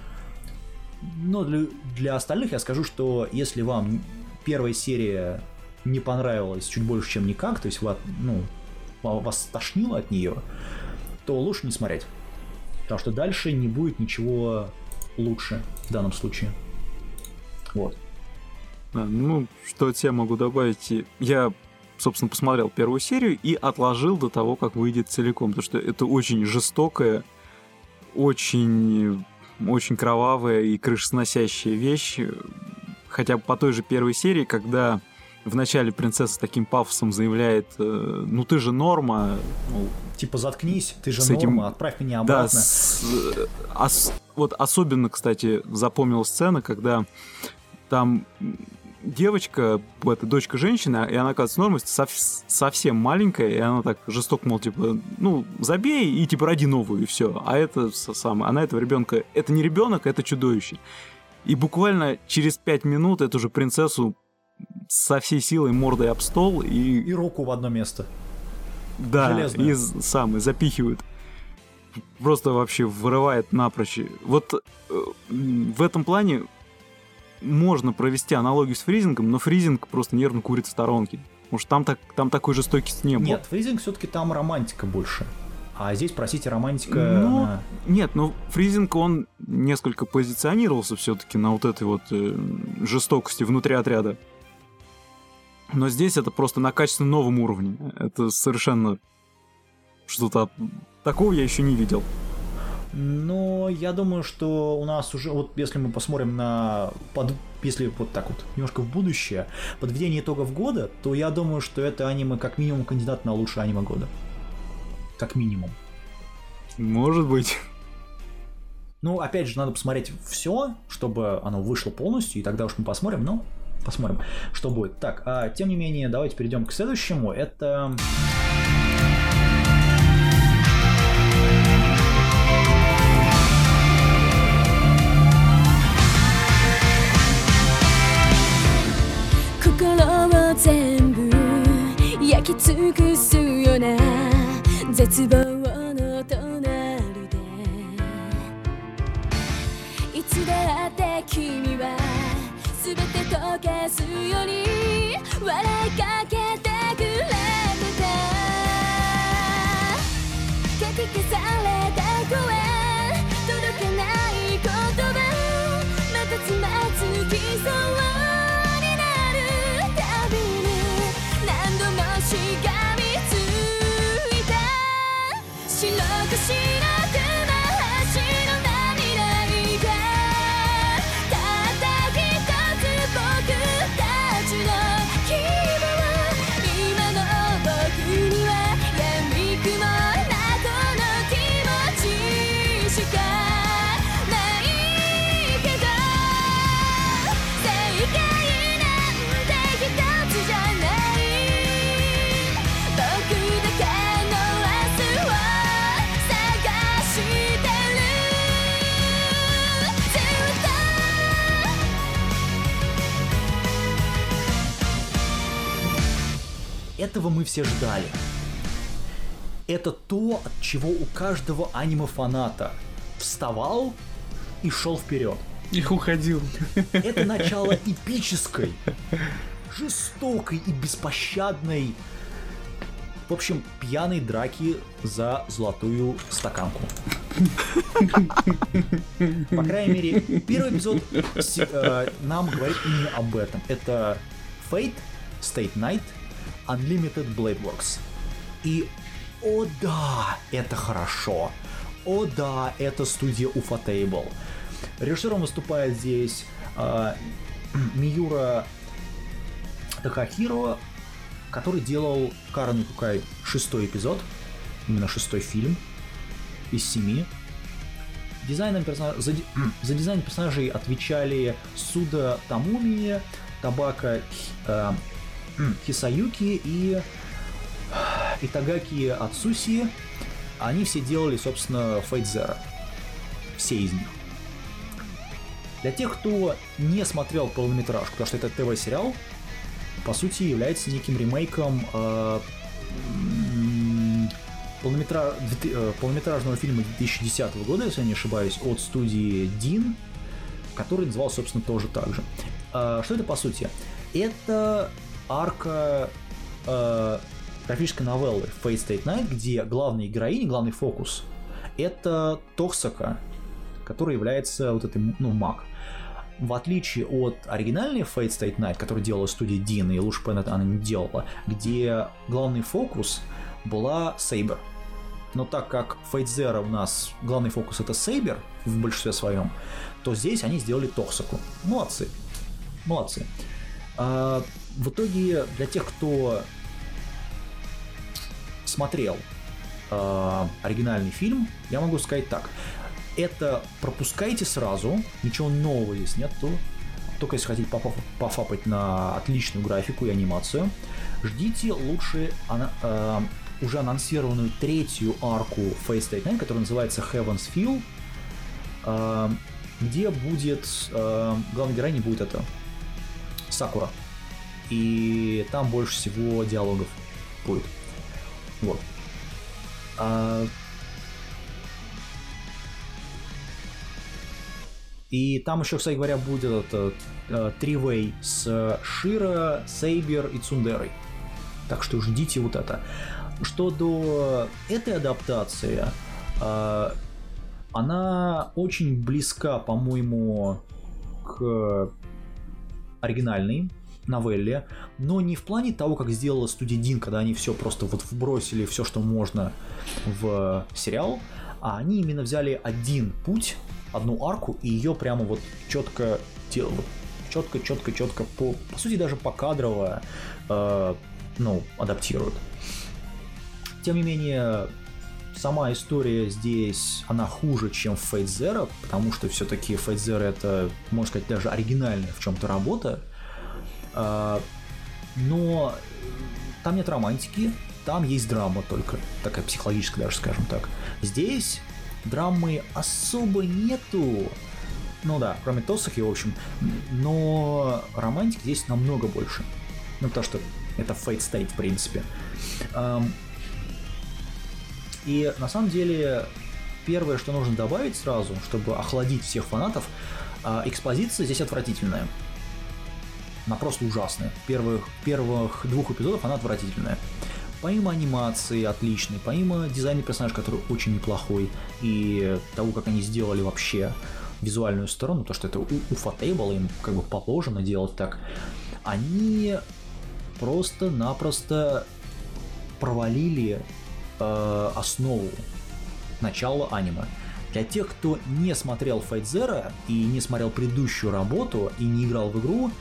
Но для остальных я скажу, что если вам первая серия не понравилась чуть больше, чем никак, то есть вас тошнило от нее, то лучше не смотреть. Потому что дальше не будет ничего лучше в данном случае. Вот.
Что от себя могу добавить? Я, собственно, посмотрел первую серию и отложил до того, как выйдет целиком. Потому что это очень жестокая, очень, очень кровавая и крышесносящая вещь. Хотя бы по той же первой серии, когда вначале принцесса таким пафосом заявляет, ты же норма.
Типа заткнись, ты же норма, отправь меня обратно.
Да, вот особенно, кстати, запомнил сцена, когда там девочка, дочка женщины, и она, оказывается, нормой совсем маленькая, и она так жестоко, мол, типа, забей и типа роди новую, и все. А это она этого ребенка, это не ребенок, это чудовище. И буквально через 5 минут эту же принцессу со всей силой мордой об стол и
руку в одно место.
Да,
железную.
И запихивают. Просто вообще вырывает напрочь. Вот в этом плане можно провести аналогию с фризингом, но фризинг просто нервно курит в сторонке. Потому что там такой жестокости не было.
Нет, фризинг все-таки там романтика больше. А здесь, простите, романтика...
Нет, фризинг, он несколько позиционировался все-таки на вот этой вот жестокости внутри отряда. Но здесь это просто на качественно новом уровне. Это совершенно что-то... Такого я еще не видел.
Но я думаю, что у нас уже... Вот если мы посмотрим если вот так вот немножко в будущее, подведение итогов года, то я думаю, что это аниме как минимум кандидат на лучшее аниме года. Как минимум.
Может быть.
Опять же, надо посмотреть все, чтобы оно вышло полностью, и тогда уж мы посмотрим, посмотрим, что будет. Так, тем не менее, давайте перейдем к следующему. Это... Этого мы все ждали. Это то, от чего у каждого аниме-фаната вставал и шел вперед.
Их уходил.
Это начало эпической, жестокой и беспощадной, в общем, пьяной драки за золотую стаканку. По крайней мере, первый эпизод нам говорит именно об этом. Это Fate, Stay Night, Unlimited Blade Works. И, о да, это хорошо. О да, это студия Ufotable. Режиссером выступает здесь Миюра Такахиро, который делал Карен Кукай 6-й эпизод, именно 6-й фильм из 7. За дизайн персонажей отвечали Суда Тамуми, Табака Хисаюки и Итагаки Ацуси. Они все делали, собственно, Fate Zero. Все из них. Для тех, кто не смотрел полнометражку, потому что это ТВ-сериал, по сути, является неким ремейком полнометражного фильма 2010 года, если я не ошибаюсь, от студии Dean, который назывался, собственно, тоже так же. Что это, по сути? Это арка графической новеллы Fate Stay Night, где главная героиня, главный фокус — это Тохсака, который является вот этой, маг. В отличие от оригинальной Fate Stay Night, которую делала студия Dean, и лучше бы она не делала, где главный фокус была Сейбер. Но так как Fate Zero у нас главный фокус это Сейбер в большинстве своем, то здесь они сделали Тохсаку. Молодцы. Молодцы. В итоге, для тех, кто смотрел оригинальный фильм, я могу сказать так. Это пропускайте сразу, ничего нового здесь нету. Только если хотите пофапать на отличную графику и анимацию, ждите лучше уже анонсированную третью арку Fate Stay Night, которая называется Heaven's Feel, где будет главной героиней будет это Сакура. И там больше всего диалогов будет. Вот. И там еще, кстати говоря, будет этот тривей с Широ, Сейбер и Цундерой. Так что ждите вот это. Что до этой адаптации, она очень близка, по-моему, к оригинальной новелле, но не в плане того, как сделала студия Dean, когда они все просто вот вбросили все, что можно в сериал, а они именно взяли один путь, одну арку, и ее прямо вот четко делают. Четко, по сути, даже покадрово адаптируют. Тем не менее, сама история здесь, она хуже, чем в Fate Zero, потому что все-таки Fate Zero это, можно сказать, даже оригинальная в чем-то работа. Но там нет романтики, там есть драма только, такая психологическая даже, скажем так. Здесь драмы особо нету. Ну да, кроме Тосахи, в общем. Но романтики здесь намного больше. Ну, потому что это Fate State, в принципе. И на самом деле, первое, что нужно добавить сразу, чтобы охладить всех фанатов, экспозиция здесь отвратительная. Она просто ужасная. Первых двух эпизодов она отвратительная. Помимо анимации отличной, помимо дизайна персонажа, который очень неплохой, и того, как они сделали вообще визуальную сторону, то, что это Ufotable, им как бы положено делать так, они просто-напросто провалили основу начала аниме. Для тех, кто не смотрел Fate Zero и не смотрел предыдущую работу и не играл в игру,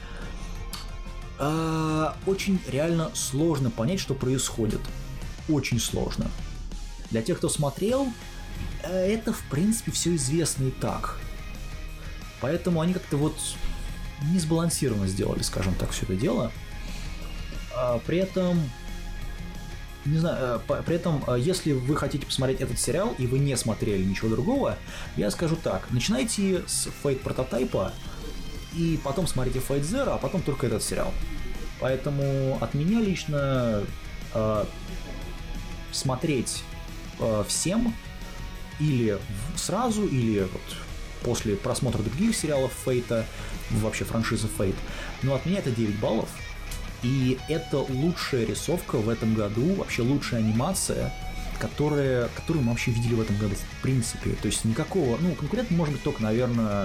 очень реально сложно понять, что происходит. Очень сложно. Для тех, кто смотрел, это в принципе все известно и так. Поэтому они как-то вот несбалансированно сделали, скажем так, все это дело. При этом, не знаю, если вы хотите посмотреть этот сериал и вы не смотрели ничего другого, я скажу так: начинайте с Fate прототайпа и потом смотрите Fate Zero, а потом только этот сериал. Поэтому от меня лично смотреть всем или сразу, или вот после просмотра других сериалов Фейта, вообще франшизы Фейт. Но от меня это 9 баллов. И это лучшая рисовка в этом году, вообще лучшая анимация, которую мы вообще видели в этом году, в принципе. То есть никакого, конкурент может быть только, наверное,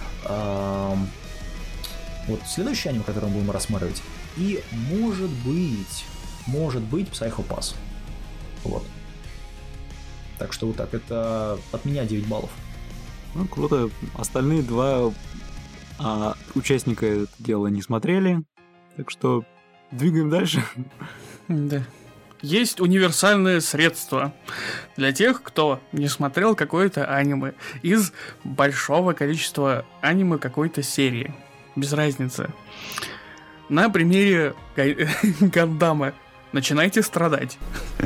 вот следующее аниме, которое мы будем рассматривать, и может быть Psycho Pass. Вот. Так что вот так, это от меня 9 баллов.
Ну, круто. Остальные два участника это дело не смотрели, так что двигаем дальше.
Да. Есть универсальное средство для тех, кто не смотрел какое-то аниме из большого количества аниме какой-то серии. Без разницы. На примере Гандама начинайте страдать.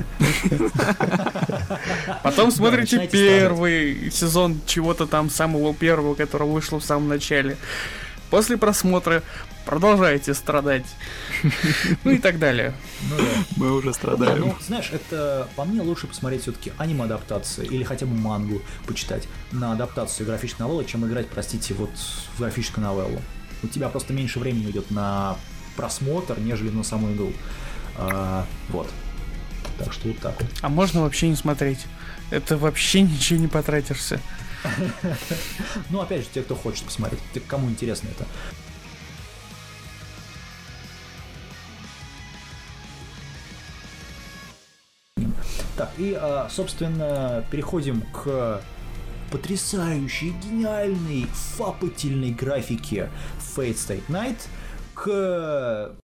Потом смотрите первый сезон чего-то там самого первого, который вышел в самом начале. После просмотра продолжайте страдать. Ну и так далее.
Мы уже страдаем.
Ну, знаешь, это по мне лучше посмотреть все-таки аниме-адаптации или хотя бы мангу почитать на адаптацию графической новеллы, чем играть, простите, вот в графическую новеллу. У тебя просто меньше времени идет на просмотр, нежели на саму игру. Вот. Так что вот так вот.
А можно вообще не смотреть? Это вообще ничего не потратишься.
Ну, опять же, те, кто хочет посмотреть, кому интересно это. Так, и, собственно, переходим к потрясающей, гениальной, фапательной графике Fate Stay Night, к...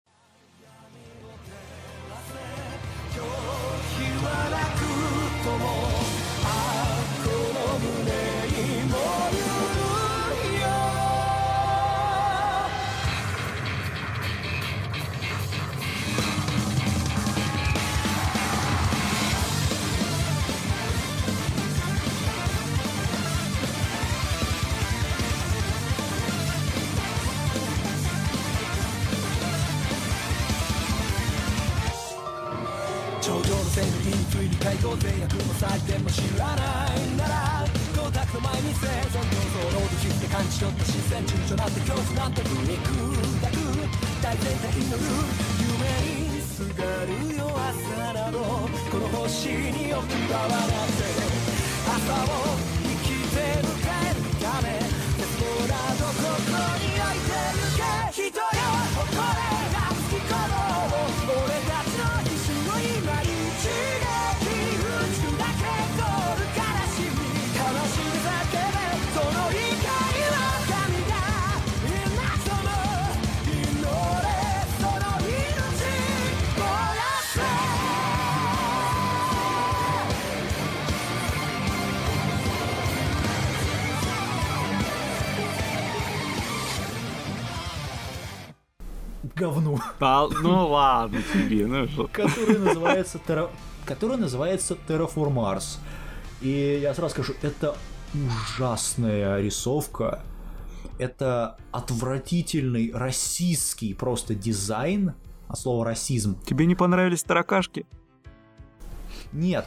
говну.
Ну ладно тебе, ну что.
Который называется Terraform Mars. И я сразу скажу, это ужасная рисовка. Это отвратительный российский просто дизайн, от слова расизм.
Тебе не понравились таракашки?
Нет,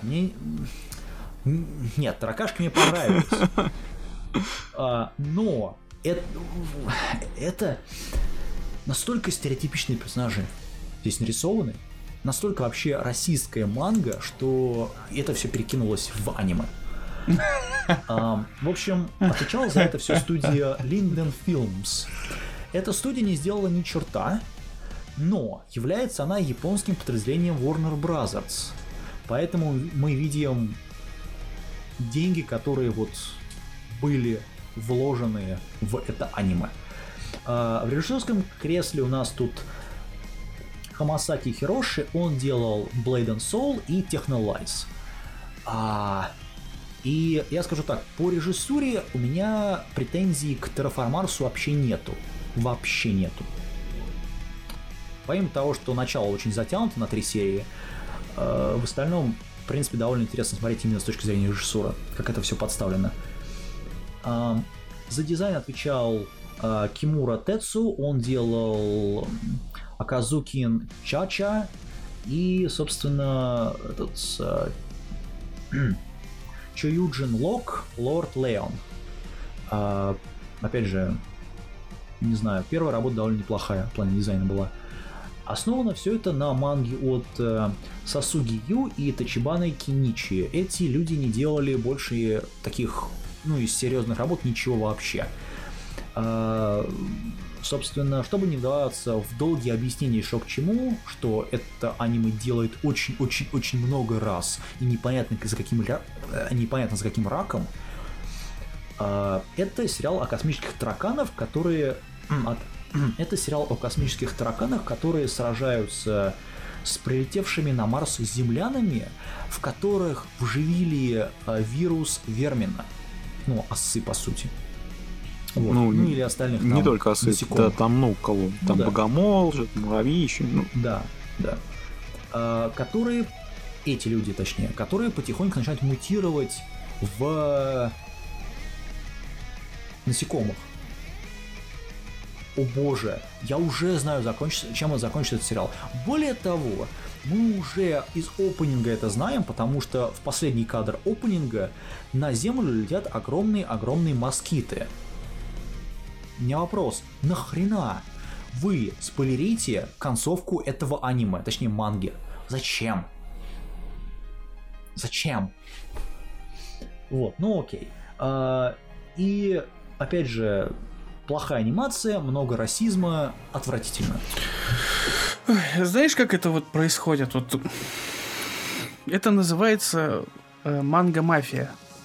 Нет, таракашки мне понравились. Но это настолько стереотипичные персонажи здесь нарисованы, настолько вообще российская манга, что это все перекинулось в аниме. В общем, отвечала за это все студия Linden Films. Эта студия не сделала ни черта, но является она японским подразделением Warner Brothers. Поэтому мы видим деньги, которые вот были вложены в это аниме. В режиссерском кресле у нас тут Хамасаки Хироши, он делал Blade and Soul и Technolize. И я скажу так, по режиссуре у меня претензий к Terraform Mars вообще нету. Вообще нету. Помимо того, что начало очень затянуто на 3 серии, в остальном, в принципе, довольно интересно смотреть именно с точки зрения режиссуры, как это все подставлено. За дизайн отвечал Кимура Тецу, он делал Аказукин Чача И, собственно, этот Чоюджин Лок, Лорд Леон. Опять же, не знаю, первая работа довольно неплохая в плане дизайна была. Основано все это на манге от Сасуги Ю и Тачибаны Киничи. Эти люди не делали больше таких, из серьезных работ ничего вообще. Собственно, чтобы не вдаваться в долгие объяснения, что к чему, что это аниме делает очень-очень-очень много раз, и непонятно за каким раком, это сериал о космических тараканах, которые сражаются с прилетевшими на Марс землянами, в которых вживили вирус Вермина. Осы, по сути. Вот. Или остальных
не только осы, да, там кого. Там богомол, муравьи еще.
Да. Которые, эти люди, точнее, которые потихоньку начинают мутировать в насекомых. О боже, я уже знаю, чем закончится этот сериал. Более того, мы уже из опенинга это знаем, потому что в последний кадр опенинга на Землю летят огромные москиты. У меня вопрос, нахрена вы спойлерите концовку этого аниме, точнее манги? Зачем? Вот, окей. И, опять же, плохая анимация, много расизма, отвратительно.
Знаешь, как это вот происходит? Это называется манга-мафия.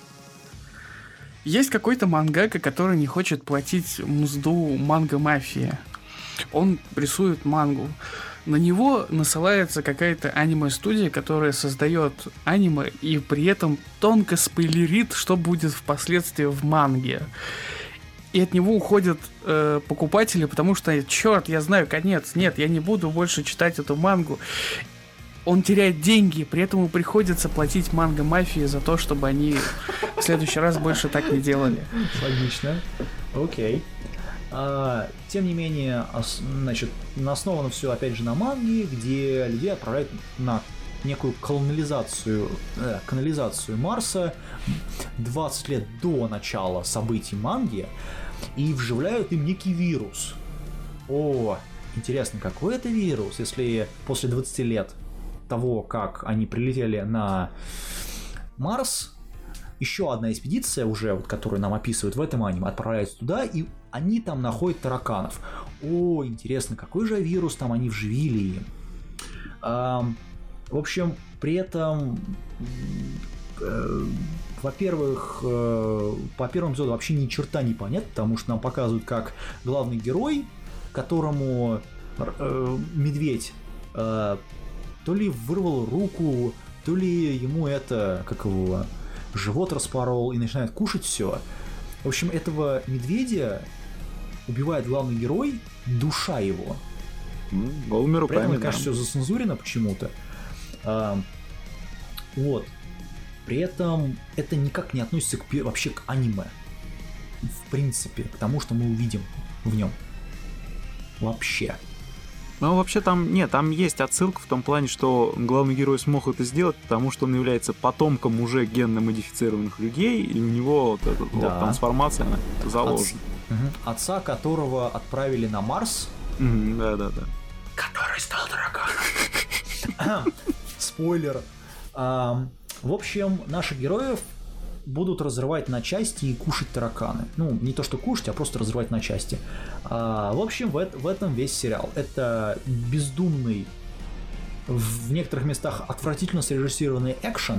Есть какой-то мангака, который не хочет платить мзду манга-мафии. Он рисует мангу. На него насылается какая-то аниме-студия, которая создает аниме и при этом тонко спойлерит, что будет впоследствии в манге. И от него уходят покупатели, потому что, черт, я знаю конец. Нет, я не буду больше читать эту мангу. Он теряет деньги, при этом ему приходится платить манго-мафии за то, чтобы они в следующий раз больше так не делали.
Логично. Окей. Тем не менее, основано все опять же на манге, где людей отправляют на некую канализацию Марса 20 лет до начала событий манги и вживляют им некий вирус. О, интересно, какой это вирус, если после 20 лет того, как они прилетели на Марс, еще одна экспедиция, уже которую нам описывают в этом аниме, отправляется туда, и они там находят тараканов. О, интересно, какой же вирус там они вживили им? В общем, при этом, во-первых, по первому эпизоду вообще ни черта не понятно, потому что нам показывают, как главный герой, которому медведь то ли вырвал руку, то ли ему живот распорол и начинает кушать все. В общем, этого медведя убивает главный герой, душа его.
Голыми руками.
При этом, кажется, все зацензурено почему-то. Вот. При этом это никак не относится вообще к аниме. В принципе, к тому, что мы увидим в нем. Вообще.
Вообще там есть отсылка в том плане, что главный герой смог это сделать, потому что он является потомком уже генно-модифицированных людей, и у него трансформация она заложена.
Отца которого отправили на Марс.
Да.
Который стал драконом. Спойлер. В общем, наших героев будут разрывать на части и кушать тараканы. Не то что кушать, а просто разрывать на части. В общем, в этом весь сериал. Это бездумный, в некоторых местах отвратительно срежиссированный экшен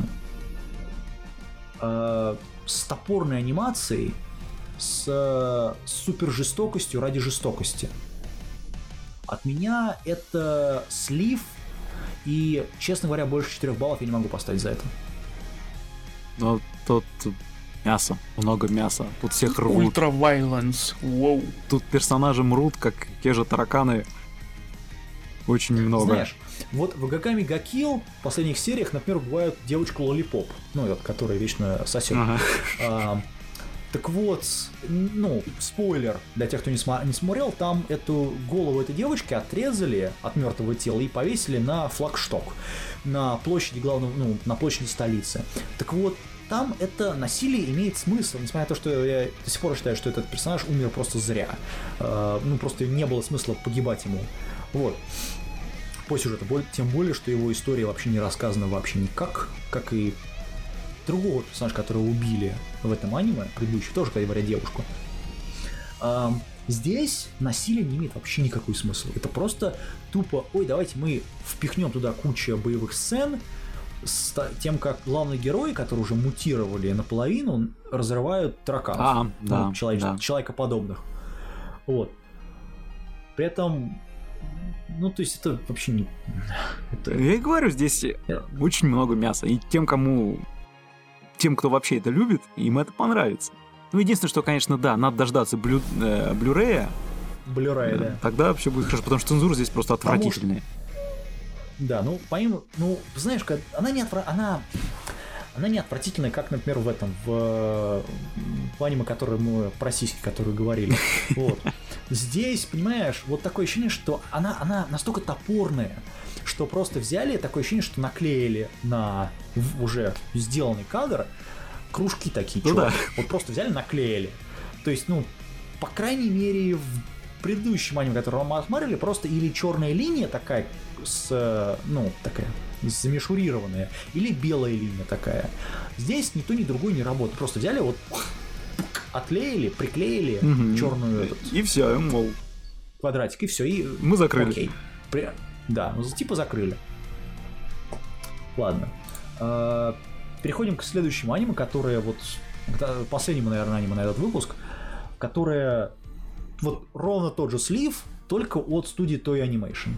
с топорной анимацией, с супер жестокостью ради жестокости. От меня это слив, и, честно говоря, больше 4 баллов я не могу поставить за это.
Но тут мясо, много мяса. Тут всех рвут.
Ультра violence. Воу.
Тут персонажи мрут, как те же тараканы. Очень много.
Знаешь, вот в Гаками га Килл в последних сериях, например, бывает девочка Лолипоп, которая вечно сосет. Так вот, ну, спойлер для тех, кто не смотрел, там эту голову этой девочки отрезали от мертвого тела и повесили на флагшток на площади главного, ну, на площади столицы. Так вот, там это насилие имеет смысл, несмотря на то, что я до сих пор считаю, что этот персонаж умер просто зря. Ну, просто не было смысла погибать ему. Вот. По сюжету, тем более, что его история вообще не рассказана вообще никак, как и другого персонажа, которого убили в этом аниме, предыдущий, тоже, кстати говоря, девушку. Здесь насилие не имеет вообще никакой смысла. Это просто тупо, ой, давайте мы впихнем туда кучу боевых сцен с тем, как главные герои, которые уже мутировали наполовину, разрывают тараканов,
да.
человекоподобных. Вот. При этом, ну, то есть это вообще не...
Я и говорю, здесь очень много мяса. И тем, кто вообще это любит, им это понравится. Ну, единственное, что, конечно, да, надо дождаться Blu-ray.
Blu-ray, да.
Тогда все будет хорошо, потому что цензура здесь просто отвратительная.
Да, ну, помимо... Ну, знаешь, она не отвратительная, как, например, в аниме, который мы про сиськи, которые говорили. Вот. Здесь, понимаешь, вот такое ощущение, что она настолько топорная, что просто взяли, такое ощущение, что наклеили на уже сделанный кадр кружки такие,
да.
Вот просто взяли, наклеили. То есть, ну, по крайней мере, в предыдущем аниме, которое мы осмотрели, просто или черная линия такая, такая замешурированная, или белая линия такая. Здесь ни то, ни другое не работает. Просто взяли, вот, отклеили, приклеили черную...
И все, мол.
Квадратик, и все, и...
Мы закрыли.
Окей. Да, типа закрыли. Ладно. Переходим к следующему аниме, которое вот... Последнему, наверное, аниме на этот выпуск, которое вот ровно тот же слив, только от студии Toei Animation.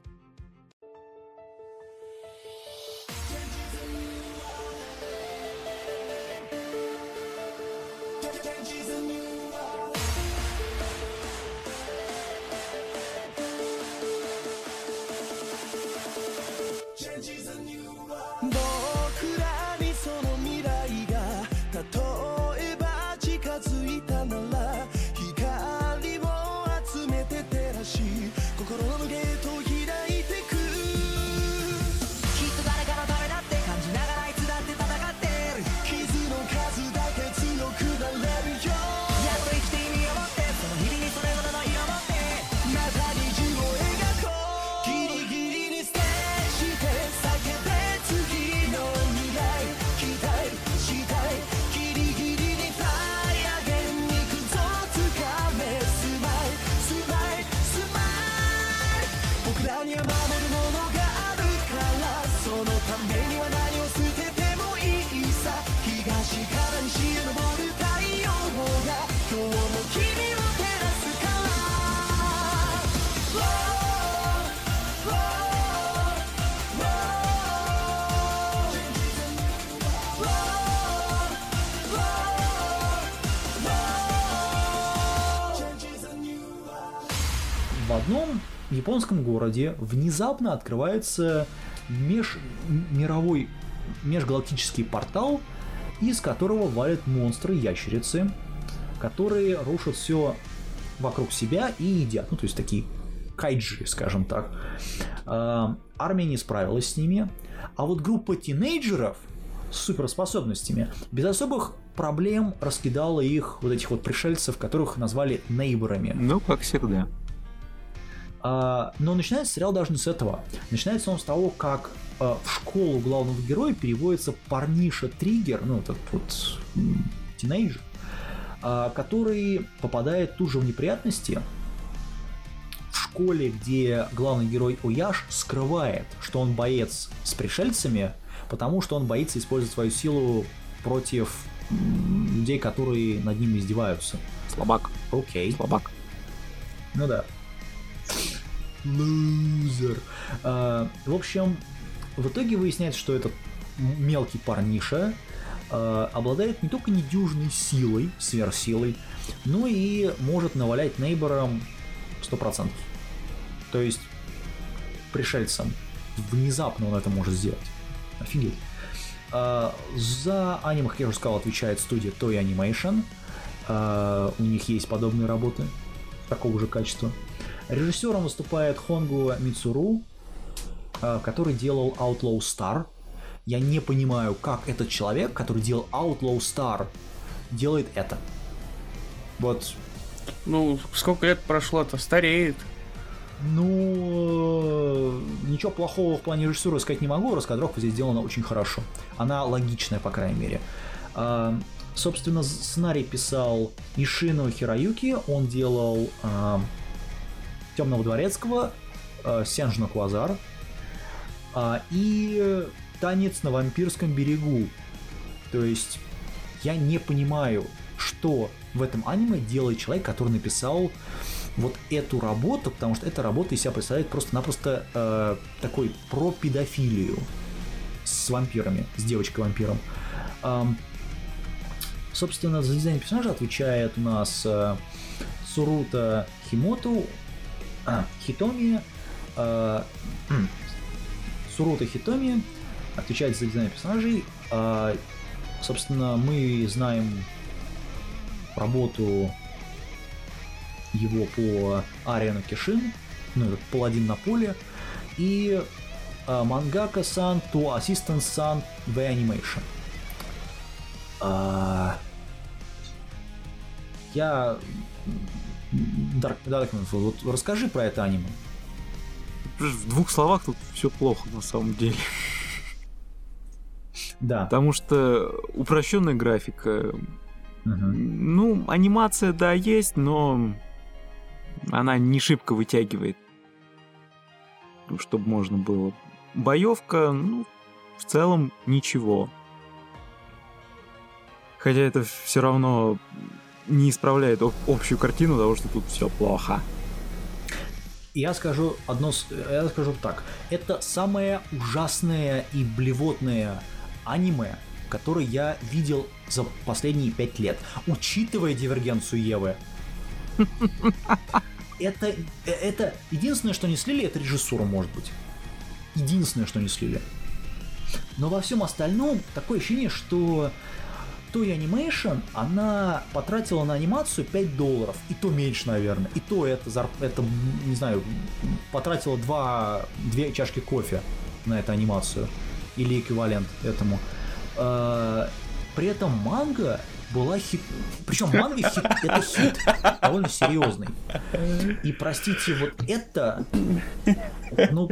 В одном японском городе внезапно открывается межгалактический портал, из которого валят монстры-ящерицы, которые рушат все вокруг себя и едят. Ну, то есть такие кайджи, скажем так. Армия не справилась с ними, а вот группа тинейджеров с суперспособностями без особых проблем раскидала их, вот этих вот пришельцев, которых назвали нейборами.
Ну, как всегда.
Но начинается сериал даже не с этого. Начинается он с того, как в школу главного героя переводится парниша Триггер, ну, этот вот тинейджер, который попадает тут же в неприятности в школе, где главный герой Ояш скрывает, что он боец с пришельцами, потому что он боится использовать свою силу против людей, которые над ним издеваются.
Слабак.
Окей.
Слабак.
Ну да. Лузер. В общем, в итоге выясняется, что этот мелкий парниша обладает не только недюжной силой, сверхсилой, но и может навалять нейборам 100%. То есть пришельцам внезапно он это может сделать. Офигеть. За аниме, как я уже сказал, отвечает студия Toei Animation. у них есть подобные работы такого же качества. Режиссером выступает Хонгу Мицуру, который делал Outlaw Star. Я не понимаю, как этот человек, который делал Outlaw Star, делает это. Вот.
Ну, сколько лет прошло-то? Стареет.
Ну, ничего плохого в плане режиссуры сказать не могу. Раскадровка здесь сделана очень хорошо. Она логичная, по крайней мере. Собственно, сценарий писал Ишино Хироюки. Он делал Темного дворецкого, Сенжино Квазар и Танец на вампирском берегу. То есть я не понимаю, что в этом аниме делает человек, который написал вот эту работу, потому что эта работа из себя представляет просто-напросто такой про педофилию с вампирами, с девочкой-вампиром. Собственно, за дизайн персонажа отвечает у нас Сурута Хитоми. Сурута Хитоми отвечает за дизайн персонажей. Собственно, мы знаем работу его по Ариану Кишин, ну, этот паладин на поле, и Mangaka-san to Assistant-san в Animation. Вот расскажи про это аниме.
В 2 словах тут все плохо на самом деле.
Да.
Потому что упрощенная графика. Ну, анимация, да, есть, но она не шибко вытягивает, чтобы можно было. Боевка, ну, в целом ничего. Хотя это все равно не исправляет общую картину того, что тут все плохо.
Я скажу так. Это самое ужасное и блевотное аниме, которое я видел за последние 5 лет. Учитывая Дивергенцию Евы. Это единственное, что не слили, это режиссура, может быть. Единственное, что не слили. Но во всем остальном такое ощущение, что Toei Animation, она потратила на анимацию $5, и то меньше, наверное. И то это не знаю, потратила 2 чашки кофе на эту анимацию. Или эквивалент этому. При этом манга была хит. Причем манга это хит. Довольно серьезный. И простите, вот это... Ну...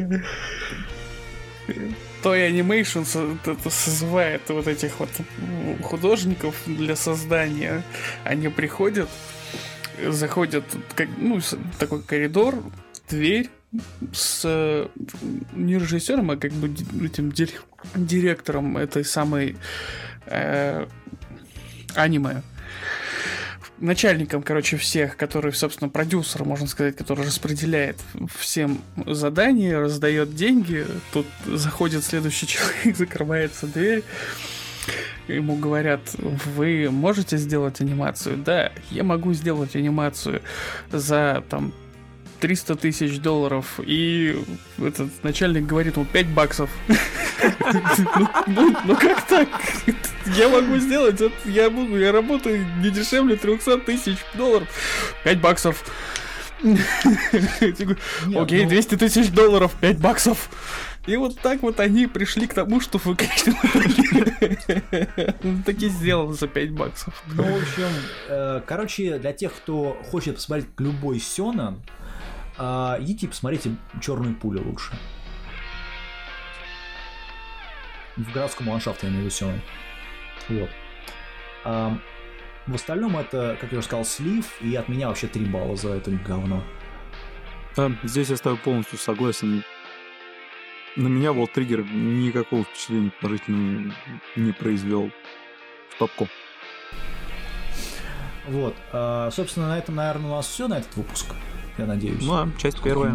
Toei Animation созывает вот этих вот художников для создания. Они приходят, заходят, такой коридор, дверь с не режиссером, а как бы этим директором этой самой аниме. Начальником, всех, который, собственно, продюсер, можно сказать, который распределяет всем задания, раздает деньги. Тут заходит следующий человек, закрывается дверь. Ему говорят: вы можете сделать анимацию? Да, я могу сделать анимацию за, $300 тысяч. И этот начальник говорит ему $5. Ну как так? Я могу сделать это, я работаю не дешевле $300 тысяч. $5. Окей, $200 тысяч, $5. И вот так вот они пришли к тому, что в конечном итоге таки сделал за $5.
Ну, в общем, для тех, кто хочет посмотреть любой сёнэн, идите посмотрите «Черную пулю» лучше. В городском ландшафте, я имею в виду сёнэн. Вот. В остальном это, как я уже сказал, слив, и от меня вообще 3 балла за это говно.
Здесь я с тобой полностью согласен. На меня World Trigger никакого впечатления положительного не произвел в топку.
Вот. Собственно, на этом, наверное, у нас все на этот выпуск. Я надеюсь.
Ну да, часть первая.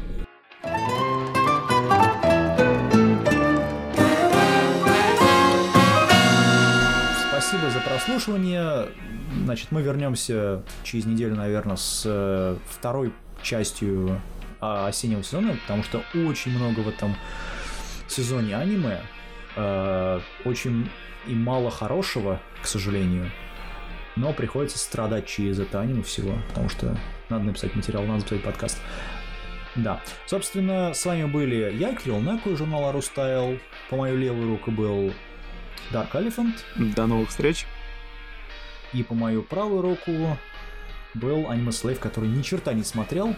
Спасибо за прослушивание. Значит, мы вернемся через неделю, наверное, с второй частью осеннего сезона, потому что очень много в этом сезоне аниме, очень и мало хорошего, к сожалению. но приходится страдать через это аниме всего, потому что надо написать материал, надо записать подкаст. Да, собственно, с вами были я, Кирилл Наку, журнал Арустайл. По мою левую руку был Dark Elephant.
До новых встреч.
И по мою правую руку был Anime Slave, который ни черта не смотрел.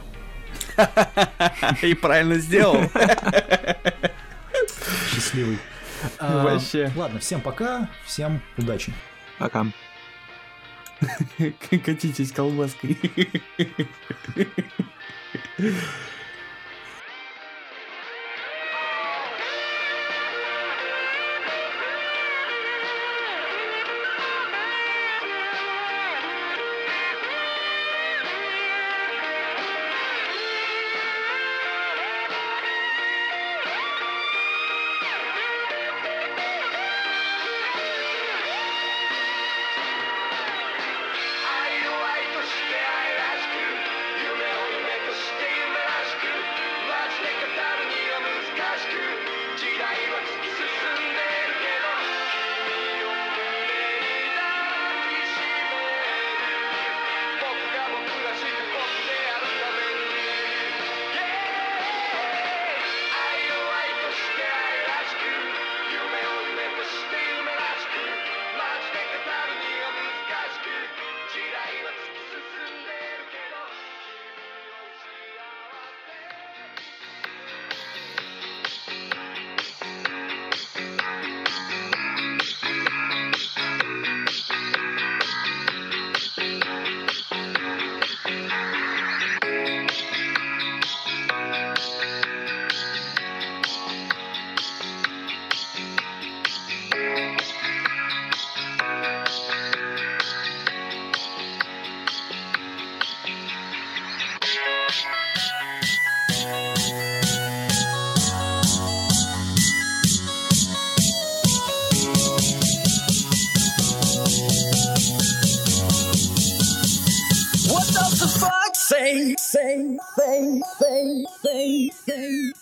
И правильно сделал.
Счастливый.
Вообще.
Ладно, всем пока, всем удачи.
Пока.
Катитесь колбаской.
What does the fuck say?